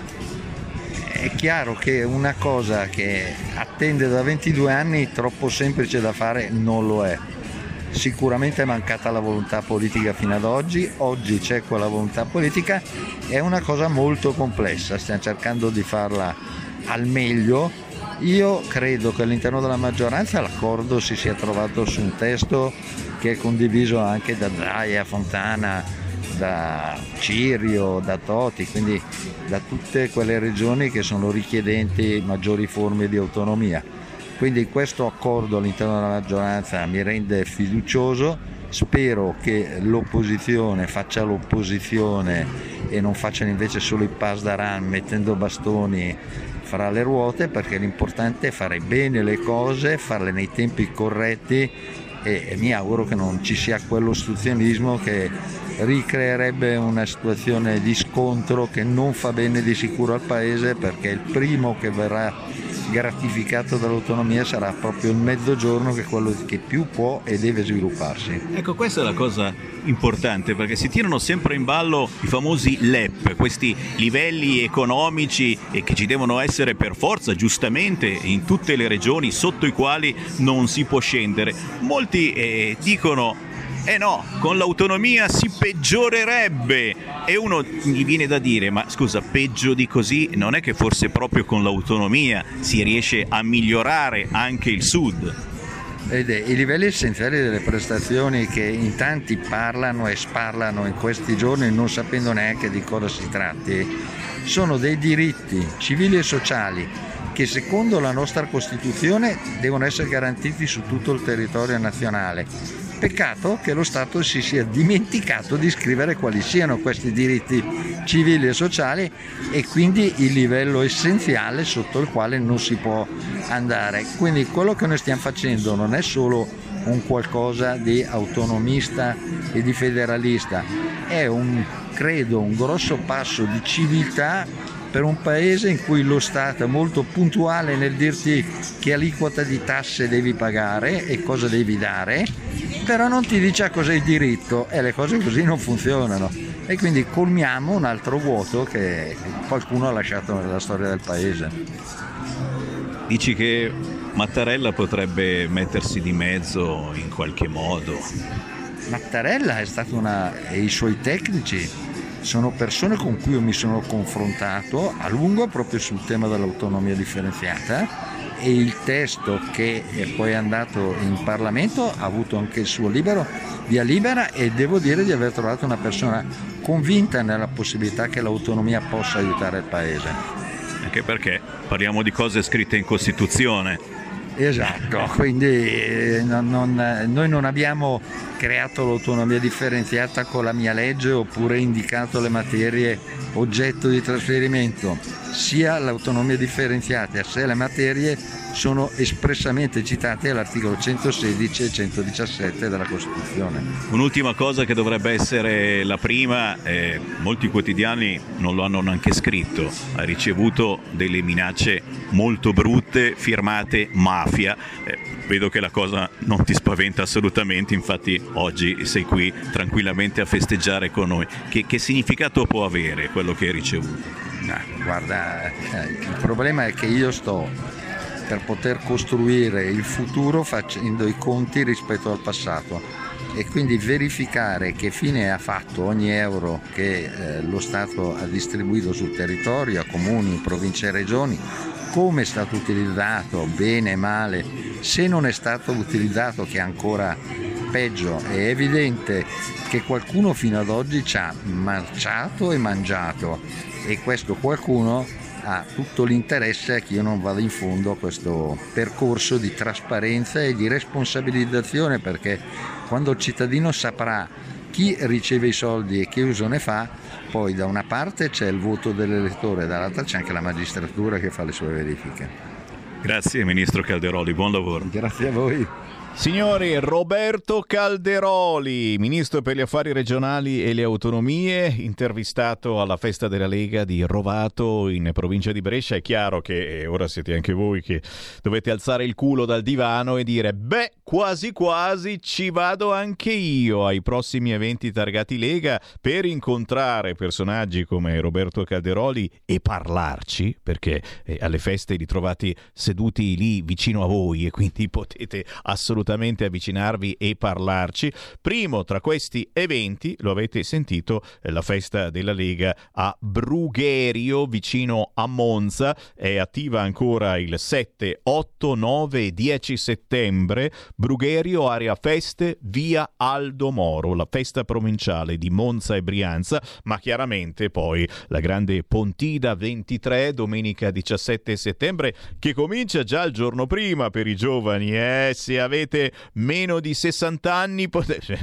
D: È chiaro che una cosa che attende da ventidue anni troppo semplice da fare non lo è. Sicuramente è mancata la volontà politica fino ad oggi, oggi c'è quella volontà politica, è una cosa molto complessa, stiamo cercando di farla al meglio. Io credo che all'interno della maggioranza l'accordo si sia trovato su un testo che è condiviso anche da Zaia, Fontana, da Cirio, da Toti, quindi da tutte quelle regioni che sono richiedenti maggiori forme di autonomia. Quindi questo accordo all'interno della maggioranza mi rende fiducioso, spero che l'opposizione faccia l'opposizione e non facciano invece solo i pasdaran mettendo bastoni fra le ruote, perché l'importante è fare bene le cose, farle nei tempi corretti, e mi auguro che non ci sia quell'ostruzionismo che ricreerebbe una situazione di scontro che non fa bene di sicuro al Paese, perché il primo che verrà gratificato dall'autonomia sarà proprio il Mezzogiorno, che è quello che più può e deve svilupparsi.
B: Ecco, questa è la cosa importante, perché si tirano sempre in ballo i famosi L E P, questi livelli economici e che ci devono essere per forza, giustamente, in tutte le regioni sotto i quali non si può scendere. Molti eh, dicono eh no, con l'autonomia si peggiorerebbe, e uno gli viene da dire, ma scusa, peggio di così non è che forse proprio con l'autonomia si riesce a migliorare anche il Sud?
D: Ed è, i livelli essenziali delle prestazioni che in tanti parlano e sparlano in questi giorni non sapendo neanche di cosa si tratti, sono dei diritti civili e sociali che secondo la nostra Costituzione devono essere garantiti su tutto il territorio nazionale. Peccato che lo Stato si sia dimenticato di scrivere quali siano questi diritti civili e sociali, e quindi il livello essenziale sotto il quale non si può andare. Quindi quello che noi stiamo facendo non è solo un qualcosa di autonomista e di federalista, è un, credo, un grosso passo di civiltà per un paese in cui lo Stato è molto puntuale nel dirti che aliquota di tasse devi pagare e cosa devi dare, però non ti dice a cosa hai diritto, e le cose così non funzionano, e quindi colmiamo un altro vuoto che qualcuno ha lasciato nella storia del paese.
B: Dici che Mattarella potrebbe mettersi di mezzo in qualche modo?
D: Mattarella è stato una, e i suoi tecnici sono persone con cui io mi sono confrontato a lungo proprio sul tema dell'autonomia differenziata, e il testo che è poi andato in Parlamento ha avuto anche il suo libero via libera, e devo dire di aver trovato una persona convinta nella possibilità che l'autonomia possa aiutare il Paese.
B: Anche perché parliamo di cose scritte in Costituzione.
D: Esatto, quindi eh, non, non, noi non abbiamo creato l'autonomia differenziata con la mia legge oppure indicato le materie oggetto di trasferimento. Sia l'autonomia differenziata sia le materie sono espressamente citate all'articolo centosedici e centodiciassette della Costituzione.
B: Un'ultima cosa che dovrebbe essere la prima, eh, molti quotidiani non lo hanno neanche scritto, ha ricevuto delle minacce molto brutte firmate mafia. Eh, vedo che la cosa non ti spaventa assolutamente, infatti oggi sei qui tranquillamente a festeggiare con noi. Che, che significato può avere quello che hai ricevuto?
D: No, guarda, eh, il problema è che io sto per poter costruire il futuro facendo i conti rispetto al passato, e quindi verificare che fine ha fatto ogni euro che eh, lo Stato ha distribuito sul territorio, a comuni, province e regioni, come è stato utilizzato, bene e male, se non è stato utilizzato, che è ancora peggio. È evidente che qualcuno fino ad oggi ci ha marciato e mangiato, e questo qualcuno ha tutto l'interesse che io non vada in fondo a questo percorso di trasparenza e di responsabilizzazione, perché quando il cittadino saprà chi riceve i soldi e che uso ne fa, poi da una parte c'è il voto dell'elettore, dall'altra c'è anche la magistratura che fa le sue verifiche.
B: Grazie Ministro Calderoli, buon lavoro.
D: Grazie a voi.
B: Signori, Roberto Calderoli, Ministro per gli Affari Regionali e le Autonomie, intervistato alla festa della Lega di Rovato in provincia di Brescia. È chiaro che, e ora siete anche voi che dovete alzare il culo dal divano e dire beh, quasi quasi ci vado anche io ai prossimi eventi targati Lega per incontrare personaggi come Roberto Calderoli e parlarci, perché eh, alle feste li trovate seduti lì vicino a voi e quindi potete assolutamente avvicinarvi e parlarci. Primo tra questi eventi, lo avete sentito, la festa della Lega a Brugherio vicino a Monza, è attiva ancora il sette, otto, nove e dieci settembre. Brugherio, area feste, via Aldo Moro, la festa provinciale di Monza e Brianza, ma chiaramente poi la grande Pontida ventitré, domenica diciassette settembre, che comincia già il giorno prima per i giovani. Eh, se avete meno di sessanta anni potete...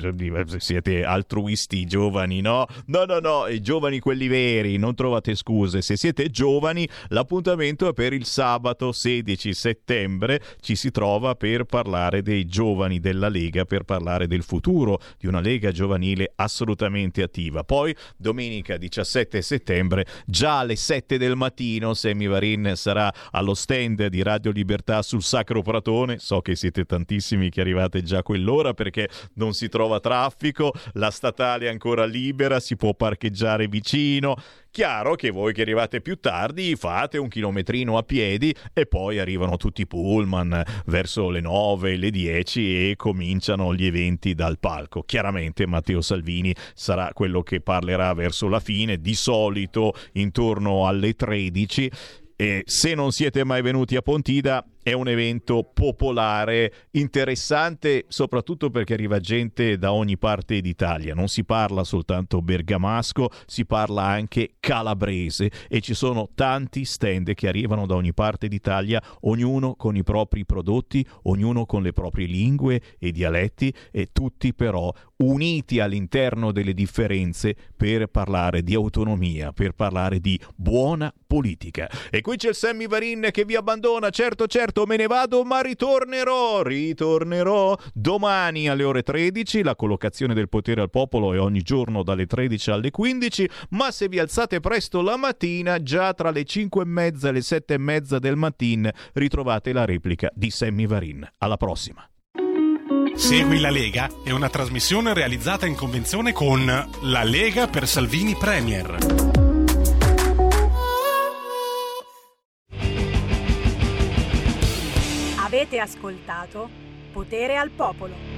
B: siete altruisti giovani, no? No, no, no, i giovani quelli veri, non trovate scuse. Se siete giovani, l'appuntamento è per il sabato sedici settembre, ci si trova per parlare dei giovani della Lega, per parlare del futuro di una Lega giovanile assolutamente attiva. Poi domenica diciassette settembre, già alle sette del mattino, Sammy Varin sarà allo stand di Radio Libertà sul Sacro Pratone. So che siete tantissimi che arrivate già a quell'ora perché non si trova traffico, la statale è ancora libera, si può parcheggiare vicino. Chiaro che voi che arrivate più tardi fate un chilometrino a piedi e poi arrivano tutti i pullman verso le nove, le dieci e cominciano gli eventi dal palco. Chiaramente Matteo Salvini sarà quello che parlerà verso la fine, di solito intorno alle tredici. E se non siete mai venuti a Pontida, è un evento popolare, interessante, soprattutto perché arriva gente da ogni parte d'Italia. Non si parla soltanto bergamasco, si parla anche calabrese e ci sono tanti stand che arrivano da ogni parte d'Italia, ognuno con i propri prodotti, ognuno con le proprie lingue e dialetti, e tutti però uniti all'interno delle differenze per parlare di autonomia, per parlare di buona politica. E qui c'è il Sammy Varin che vi abbandona. Certo, certo, me ne vado, ma ritornerò, ritornerò domani alle ore tredici. La collocazione del potere al popolo è ogni giorno dalle tredici alle quindici, ma se vi alzate presto la mattina, già tra le cinque e mezza e le sette e mezza del mattino, ritrovate la replica di Sammy Varin. Alla prossima.
C: Segui la Lega è una trasmissione realizzata in convenzione con La Lega per Salvini Premier.
H: Avete ascoltato Potere al Popolo.